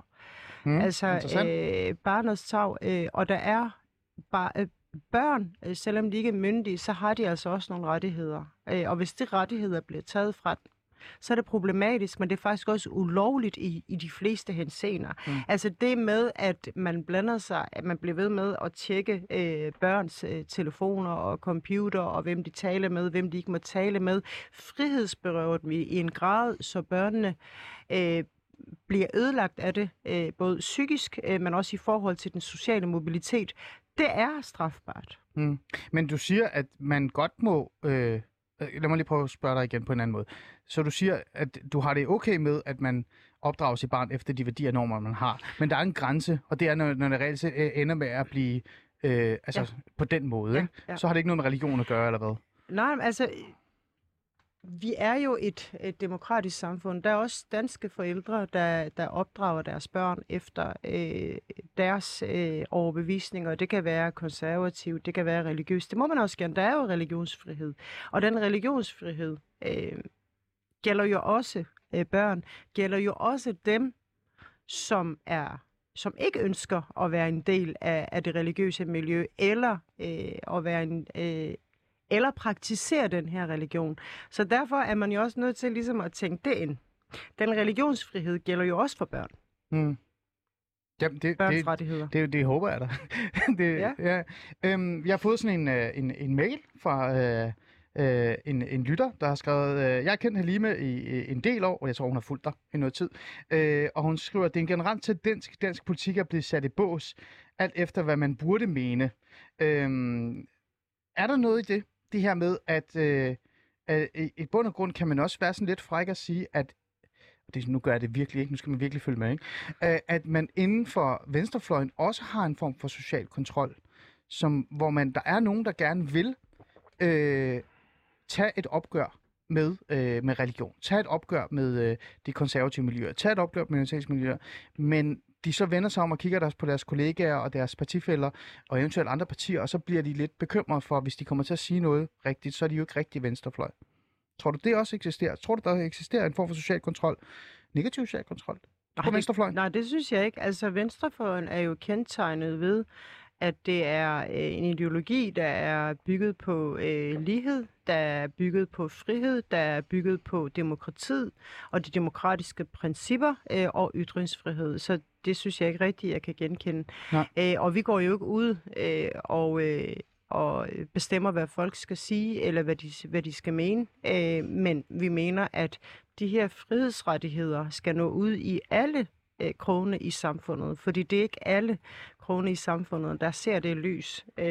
Barnets tarv, og der er bare... Børn, selvom de ikke er myndige, så har de altså også nogle rettigheder. Og hvis de rettigheder bliver taget fra dem, så er det problematisk, men det er faktisk også ulovligt i de fleste henseender. Altså det med, at man blander sig, at man bliver ved med at tjekke børns telefoner og computer, og hvem de taler med, hvem de ikke må tale med, frihedsberøver dem i en grad, så børnene bliver ødelagt af det, både psykisk, men også i forhold til den sociale mobilitet. Det er strafbart. Men du siger, at man godt må... lad mig lige prøve at spørge dig igen på en anden måde. Så du siger, at du har det okay med, at man opdrager sit barn efter de værdier og normer, man har. Men der er en grænse, og det er, når det reelt ender med at blive på den måde, ikke? Ja. Så har det ikke noget med religion at gøre, eller hvad? Nej, altså, vi er jo et demokratisk samfund. Der er også danske forældre, der opdrager deres børn efter deres overbevisninger. Det kan være konservativt, det kan være religiøst. Det må man også gerne. Der er jo religionsfrihed. Og den religionsfrihed gælder jo også børn, gælder jo også dem, som ikke ønsker at være en del af det religiøse miljø, eller at være eller praktisere den her religion. Så derfor er man jo også nødt til ligesom at tænke det ind. Den religionsfrihed gælder jo også for børn. Mm. Jamen, Børns rettigheder. Det håber jeg da. Ja. Jeg har fået sådan en mail fra en lytter, der har skrevet, jeg har kendt Halime i en del år, og jeg tror, hun har fulgt dig i noget tid. Og hun skriver, at det er en generelt tendens, dansk politik er blevet sat i bås, alt efter hvad man burde mene. Er der noget i det her med, at i bund og grund kan man også være sådan lidt fræk at sige, at nu gør jeg det virkelig ikke, nu skal man virkelig følge med, ikke? At man inden for venstrefløjen også har en form for social kontrol, hvor der er nogen, der gerne vil tage et opgør med religion, tage et opgør med de konservative miljøer, tage et opgør med minoritetsmiljøer, men de så vender sig om og kigger på deres kollegaer og deres partifæller og eventuelt andre partier, og så bliver de lidt bekymrede for, hvis de kommer til at sige noget rigtigt, så er de jo ikke rigtig venstrefløj. Tror du, det også eksisterer? Tror du, der eksisterer en form for social kontrol? Negativ social kontrol? På venstrefløjen? Nej, det synes jeg ikke. Altså, venstrefløjen er jo kendetegnet ved, at det er en ideologi, der er bygget på lighed, der er bygget på frihed, der er bygget på demokratiet og de demokratiske principper og ytringsfrihed. Så det synes jeg ikke rigtigt, jeg kan genkende. Og vi går jo ikke ud og bestemmer, hvad folk skal sige, eller hvad de skal mene. Men vi mener, at de her frihedsrettigheder skal nå ud i alle krogene i samfundet, fordi det er ikke alle krogene i samfundet, der ser det lys. Men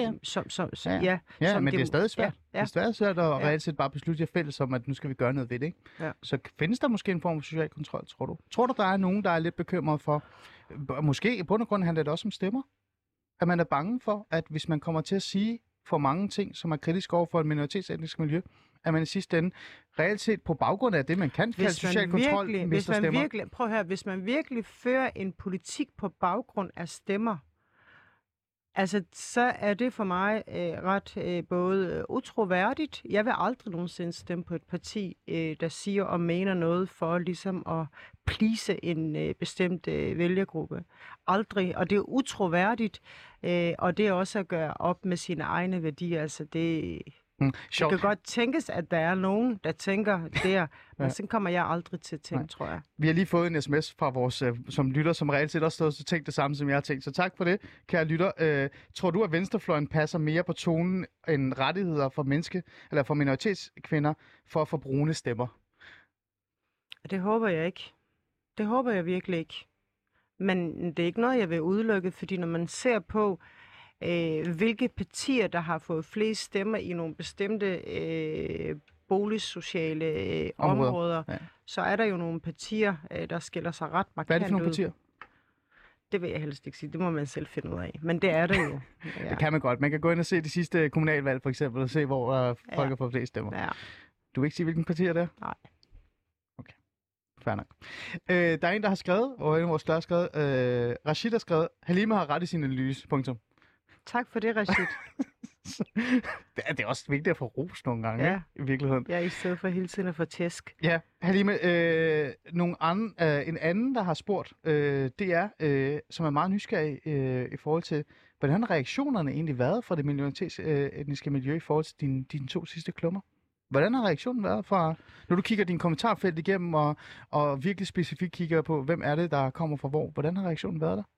det er stadig svært. Det er stadig svært at reelt set bare beslutte jer fælles om, at nu skal vi gøre noget ved det, ikke? Ja. Så findes der måske en form for social kontrol, tror du? Tror du, der er nogen, der er lidt bekymret for, måske i bund og grund handler det også om stemmer? At man er bange for, at hvis man kommer til at sige for mange ting, som er kritiske over for et minoritetsetnisk miljø, at man i sidste ende reelt set på baggrund af det, man kan kalde social kontrol, mister stemmer. Prøv at høre, hvis man virkelig fører en politik på baggrund af stemmer, altså, så er det for mig ret både utroværdigt. Jeg vil aldrig nogensinde stemme på et parti, der siger og mener noget for ligesom at please en bestemt vælgergruppe. Aldrig. Og det er utroværdigt, og det er også at gøre op med sine egne værdier. Altså, det kan godt tænkes, at der er nogen, der tænker der, men så kommer jeg aldrig til at tænke, tror jeg. Vi har lige fået en sms fra vores som lytter, som reelt set også stod og tænkt det samme, som jeg har tænkt. Så tak for det, kære lytter. Tror du, at venstrefløjen passer mere på tonen end rettigheder for minoritetskvinder for at få brune stemmer? Det håber jeg ikke. Det håber jeg virkelig ikke. Men det er ikke noget, jeg vil udelukke, fordi når man ser på, hvilke partier, der har fået flest stemmer i nogle bestemte boligsociale områder, så er der jo nogle partier, der skiller sig ret markant ud. Hvad er det for nogle partier? Det vil jeg helst ikke sige. Det må man selv finde ud af. Men det er det jo. Ja. Det kan man godt. Man kan gå ind og se de sidste kommunalvalg, for eksempel, og se, hvor folk har fået flest stemmer. Ja. Du vil ikke sige, hvilken partier det er? Nej. Okay. Fair nok. Der er en, der har skrevet, og en af vores der har skrevet, Rashid har skrevet, Halime har ret i sin analyse. Punktum. Tak for det, Rashid. Det er også vigtigt at få ros nogle gange, ikke? I virkeligheden. Ja, i stedet for hele tiden at få tæsk. Ja, Halime, en anden, der har spurgt, det er, som er meget nysgerrig i forhold til, hvordan har reaktionerne egentlig været fra det minoritetsetniske miljø i forhold til dine to sidste klummer? Hvordan har reaktionen været fra, når du kigger din kommentarfelt igennem og virkelig specifikt kigger på, hvem er det, der kommer fra hvor? Hvordan har reaktionen været der?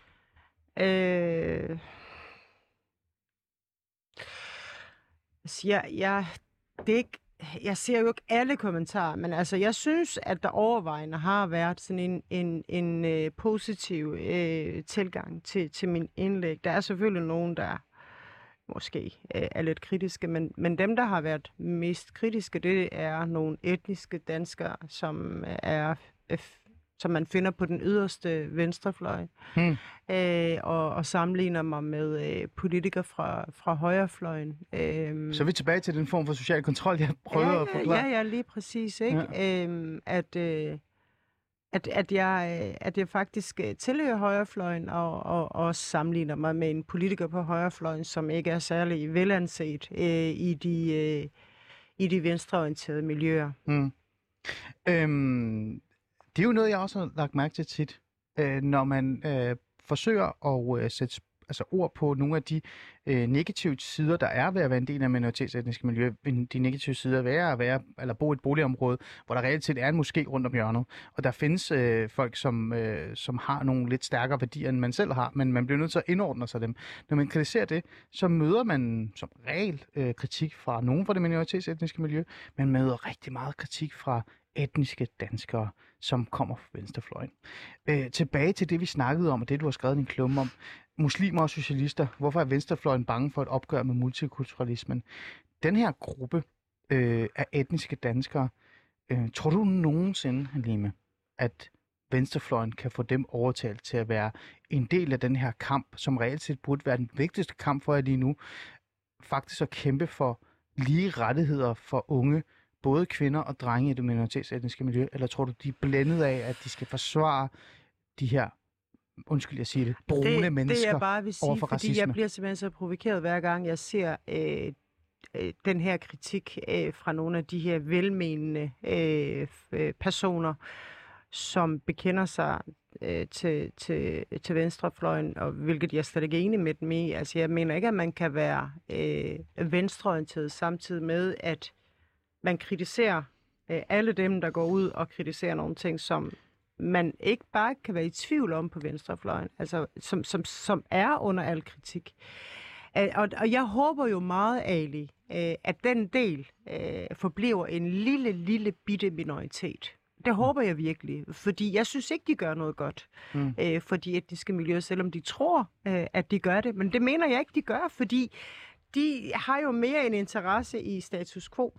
Jeg ser jo ikke alle kommentarer, men altså, jeg synes, at der overvejende har været sådan en positiv tilgang til min indlæg. Der er selvfølgelig nogen, der måske er lidt kritiske, men dem, der har været mest kritiske, det er nogle etniske danskere, som som man finder på den yderste venstrefløj, og sammenligner mig med politikere fra højrefløjen. Så er vi tilbage til den form for social kontrol, jeg prøver at forklare. Ja, lige præcis. Ikke? Ja. At jeg faktisk tilhører højrefløjen og også sammenligner mig med en politiker på højrefløjen, som ikke er særlig velanset i de venstreorienterede miljøer. Det er jo noget, jeg også har lagt mærke til tit, når man forsøger at sætte ord på nogle af de negative sider, der er ved at være en del af minoritetsetniske miljø. De negative sider ved at bo i et boligområde, hvor der reelt set er en moské rundt om hjørnet. Og der findes folk, som har nogle lidt stærkere værdier, end man selv har, men man bliver nødt til at indordne sig dem. Når man kritiserer det, så møder man som regel kritik fra nogen fra det minoritetsetniske miljø. Man møder rigtig meget kritik fra etniske danskere, som kommer fra venstrefløjen. Tilbage til det, vi snakkede om, og det, du har skrevet i din klumme om. Muslimer og socialister. Hvorfor er venstrefløjen bange for et opgør med multikulturalismen? Den her gruppe af etniske danskere, tror du nogensinde, Halime, at venstrefløjen kan få dem overtalt til at være en del af den her kamp, som reelt set burde være den vigtigste kamp for jer lige nu, faktisk at kæmpe for lige rettigheder for unge, både kvinder og drenge i det minoritetsetniske miljø, eller tror du, de er blændet af, at de skal forsvare de her, undskyld, jeg siger det, brune mennesker det jeg bare vil sige, overfor fordi racisme? Jeg bliver simpelthen så provokeret hver gang, jeg ser den her kritik fra nogle af de her velmenende personer, som bekender sig til venstrefløjen, og hvilket jeg slet ikke er enig med dem i. Altså, jeg mener ikke, at man kan være venstreorienteret samtidig med, at man kritiserer alle dem, der går ud og kritiserer nogle ting, som man ikke bare kan være i tvivl om på venstrefløjen, altså som er under al kritik. Og jeg håber jo meget, Ali, at den del forbliver en lille bitte minoritet. Det håber jeg virkelig, fordi jeg synes ikke, de gør noget godt for de etniske miljøer, selvom de tror, at de gør det. Men det mener jeg ikke, de gør, fordi de har jo mere en interesse i status quo.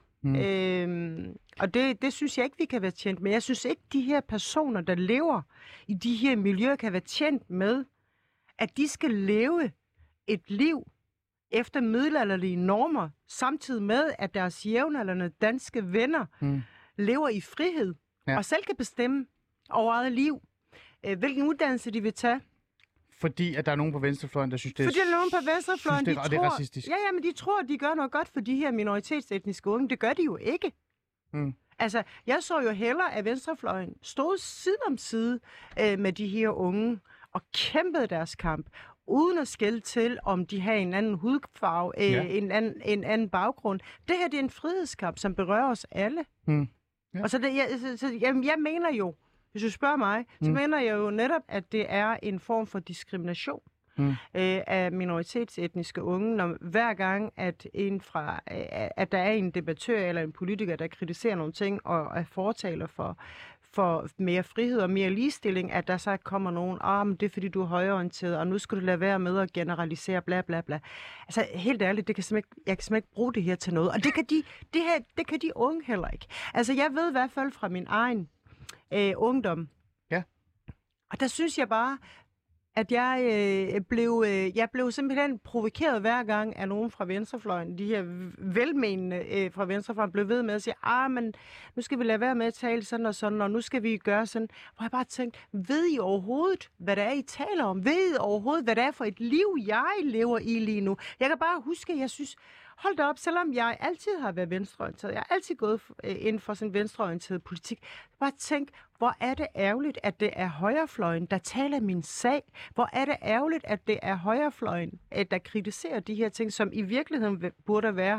Og det synes jeg ikke, vi kan være tjent med. Jeg synes ikke, de her personer, der lever i de her miljøer, kan være tjent med, at de skal leve et liv efter middelalderlige normer, samtidig med, at deres jævnaldrende danske venner lever i frihed, og selv kan bestemme over eget liv, hvilken uddannelse de vil tage. Fordi at der er nogen på venstrefløjen, der synes, det er... Fordi der er nogen på venstrefløjen, det er racistisk. Ja, men de tror, at de gør noget godt for de her minoritetsetniske unge. Det gør de jo ikke. Altså, jeg så jo hellere, at venstrefløjen stod side om side med de her unge og kæmpede deres kamp, uden at skælde til, om de har en anden hudfarve, en anden baggrund. Det her, det er en frihedskamp, som berører os alle. Og jeg mener jo, hvis du spørger mig, så mener jeg jo netop, at det er en form for diskrimination af minoritetsetniske unge, når hver gang, at at der er en debattør eller en politiker, der kritiserer nogle ting og er fortaler for mere frihed og mere ligestilling, at der så kommer nogen, men det er fordi, du er højreorienteret, og nu skal du lade være med at generalisere, bla bla bla. Altså, helt ærligt, jeg kan simpelthen ikke bruge det her til noget. Og det kan de unge heller ikke. Altså, jeg ved i hvert fald fra min egen ungdom. Ja. Og der synes jeg bare, at jeg blev simpelthen provokeret hver gang af nogen fra venstrefløjen. De her velmenende fra venstrefløjen blev ved med at sige, men nu skal vi lade være med at tale sådan og sådan, og nu skal vi gøre sådan. Hvor jeg bare tænkte, ved I overhovedet, hvad det er, I taler om? Ved I overhovedet, hvad det er for et liv, jeg lever i lige nu? Jeg kan bare huske, at jeg synes, hold da op, selvom jeg altid har været venstreorienteret, jeg har altid gået ind for sådan en venstreorienteret politik, bare tænk, hvor er det ærgerligt, at det er højrefløjen, der taler min sag. Hvor er det ærgerligt, at det er højrefløjen, der kritiserer de her ting, som i virkeligheden burde være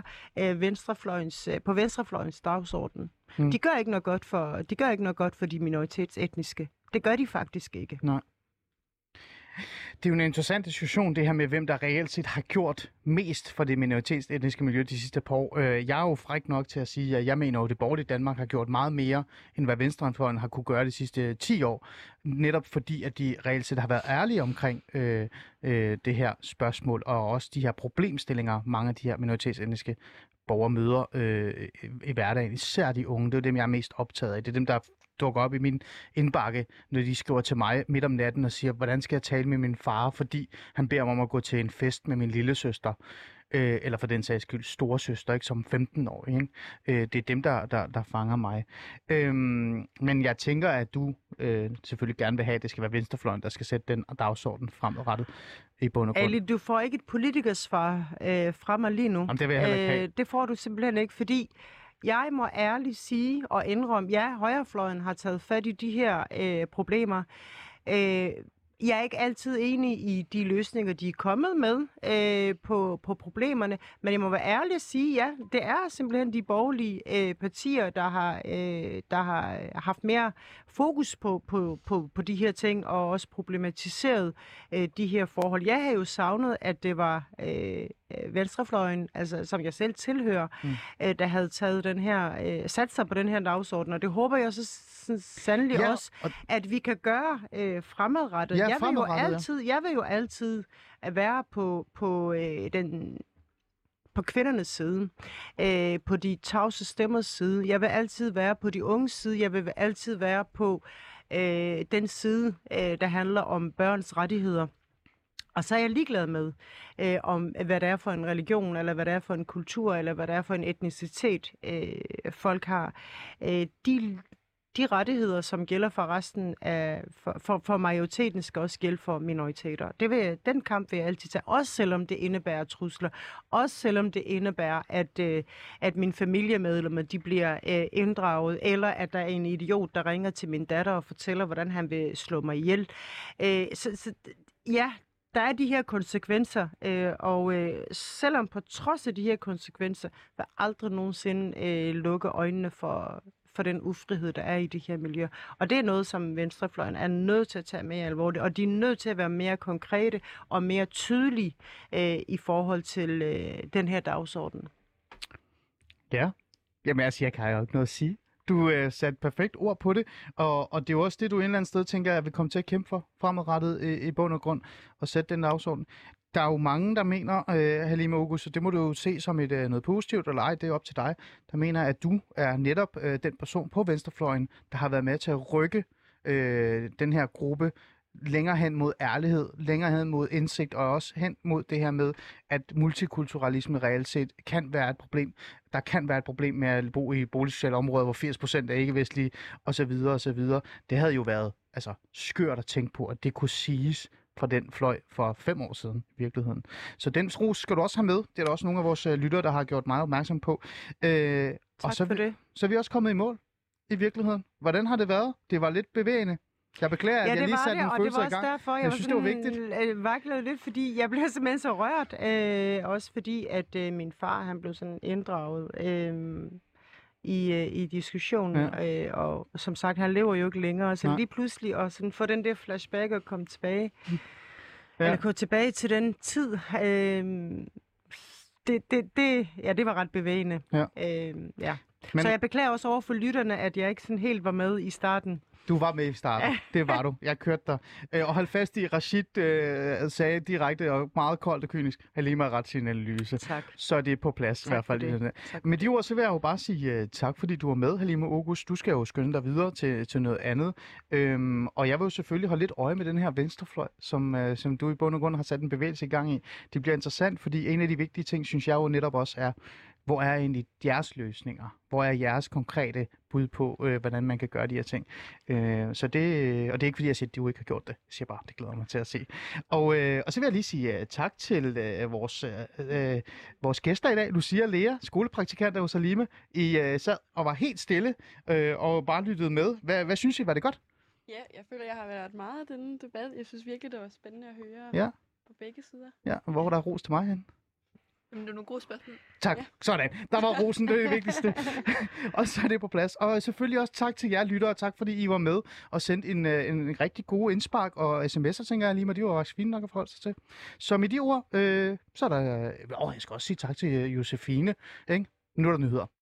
på venstrefløjens dagsorden. De gør ikke noget godt for de minoritetsetniske. Det gør de faktisk ikke. Nej. Det er jo en interessant diskussion, det her med, hvem der reelt set har gjort mest for det minoritetsetniske miljø de sidste par år. Jeg er jo fræk nok til at sige, at jeg mener, at det borgerlige Danmark har gjort meget mere, end hvad venstrefløjen har kunne gøre de sidste 10 år. Netop fordi, at de reelt set har været ærlige omkring det her spørgsmål, og også de her problemstillinger, mange af de her minoritetsetniske borgere møder i hverdagen. Især de unge, det er dem, jeg er mest optaget af. Det er dem, der dukker op i min indbakke, når de skriver til mig midt om natten og siger, hvordan skal jeg tale med min far, fordi han beder mig om at gå til en fest med min lillesøster. Eller for den sags skyld storesøster, ikke, som 15-årig. Ikke? Det er dem, der fanger mig. Men jeg tænker, at du selvfølgelig gerne vil have, at det skal være venstrefløjen, der skal sætte den dagsorden fremadrettet i bund og grund. Ali, du får ikke et politikersvar fra mig lige nu. Jamen, det vil jeg heller ikke have. Det får du simpelthen ikke, fordi jeg må ærligt sige og indrømme, ja, højrefløjen har taget fat i de her problemer. Jeg er ikke altid enig i de løsninger, de er kommet med på problemerne, men jeg må være ærlig at sige, ja, det er simpelthen de borgerlige partier, der har haft mere fokus på de her ting og også problematiseret de her forhold. Jeg har jo savnet, at det var venstrefløjen, altså som jeg selv tilhører, der havde taget den her, sat sig på den her dagsorden, og det håber jeg så sandelig også, at vi kan gøre fremadrettet. Ja, jeg vil jo altid være på kvindernes side, på de tavse stemmers side. Jeg vil altid være på de unges side. Jeg vil altid være på den side, der handler om børns rettigheder. Og så er jeg ligeglad med, om hvad det er for en religion, eller hvad det er for en kultur, eller hvad det er for en etnicitet, folk har. De rettigheder, som gælder for resten af, for majoriteten, skal også gælde for minoriteter. Den kamp vil jeg altid tage, også selvom det indebærer trusler. Også selvom det indebærer, at mine familiemedlemmer de bliver inddraget, eller at der er en idiot, der ringer til min datter og fortæller, hvordan han vil slå mig ihjel. Ja, der er de her konsekvenser, og selvom på trods af de her konsekvenser, vil jeg aldrig nogensinde lukke øjnene for den ufrihed, der er i det her miljø. Og det er noget, som venstrefløjen er nødt til at tage mere alvorligt, og de er nødt til at være mere konkrete og mere tydelige i forhold til den her dagsorden. Ja, jamen altså, jeg kan jo ikke noget at sige. Du satte perfekt ord på det, og det er jo også det, du et eller andet sted tænker, at jeg vil komme til at kæmpe for fremadrettet i bund og grund, og sætte den dagsorden. Der er jo mange, der mener, Halime Oguz, og det må du jo se som noget positivt, eller ej, det er op til dig, der mener, at du er netop den person på venstrefløjen, der har været med til at rykke den her gruppe længere hen mod ærlighed, længere hen mod indsigt, og også hen mod det her med, at multikulturalisme reelt set kan være et problem. Der kan være et problem med at bo i boligsociale områder, hvor 80% er ikke-vestlige, osv. osv. Det havde jo været skørt at tænke på, at det kunne siges fra den fløj for 5 år siden i virkeligheden. Så den ros skal du også have med. Det er der også nogle af vores lyttere, der har gjort meget opmærksom på. Tak og så, for det. Så er vi også kommet i mål i virkeligheden. Hvordan har det været? Det var lidt bevægende. Jeg beklager, at jeg lige satte en følelse i gang. Ja, det var også derfor, jeg synes, det var vigtigt. Vaklet lidt, fordi jeg blev simpelthen så rørt. Også fordi, at min far han blev sådan inddraget i diskussionen. Ja. Og som sagt, han lever jo ikke længere. Så lige pludselig at sådan få den der flashback og komme tilbage. Eller gå tilbage til den tid. Det var ret bevægende. Ja. Men så jeg beklager også over for lytterne, at jeg ikke sådan helt var med i starten. Du var med i starten. Det var du. Jeg kørte dig. Og hold fast i, Rashid sagde direkte og meget koldt og kynisk, Halime har ret sin analyse. Tak. Så er det på plads tak i hvert fald. Med de ord, så vil jeg jo bare sige tak, fordi du var med, Halime Oguz. Du skal jo skynde dig videre til noget andet. Og jeg vil jo selvfølgelig holde lidt øje med den her venstrefløj, som du i bund og grund har sat en bevægelse i gang i. Det bliver interessant, fordi en af de vigtige ting, synes jeg jo netop også er, hvor er egentlig jeres løsninger? Hvor er jeres konkrete bud på, hvordan man kan gøre de her ting? Og det er ikke fordi, jeg siger, at du ikke har gjort det. Jeg siger bare, det glæder mig til at se. Og så vil jeg lige sige tak til vores gæster i dag. Lucia og Lea, skolepraktikanter hos Halime. I sad og var helt stille og bare lyttede med. Hvad synes I? Var det godt? Ja, jeg føler, jeg har været meget af denne debat. Jeg synes virkelig, det var spændende at høre på begge sider. Ja, hvor var der ros til mig hen? Det er nogle gode spørgsmål. Tak. Ja. Sådan. Der var rosen, det er det vigtigste. Og så er det på plads. Og selvfølgelig også tak til jer lyttere, og tak fordi I var med og sendte en rigtig god indspark og sms'er, tænker jeg lige med. Det var faktisk fint nok at forholde sig til. Så med de ord, så er der... jeg skal også sige tak til Josefine. Ikke? Nu er der nyheder.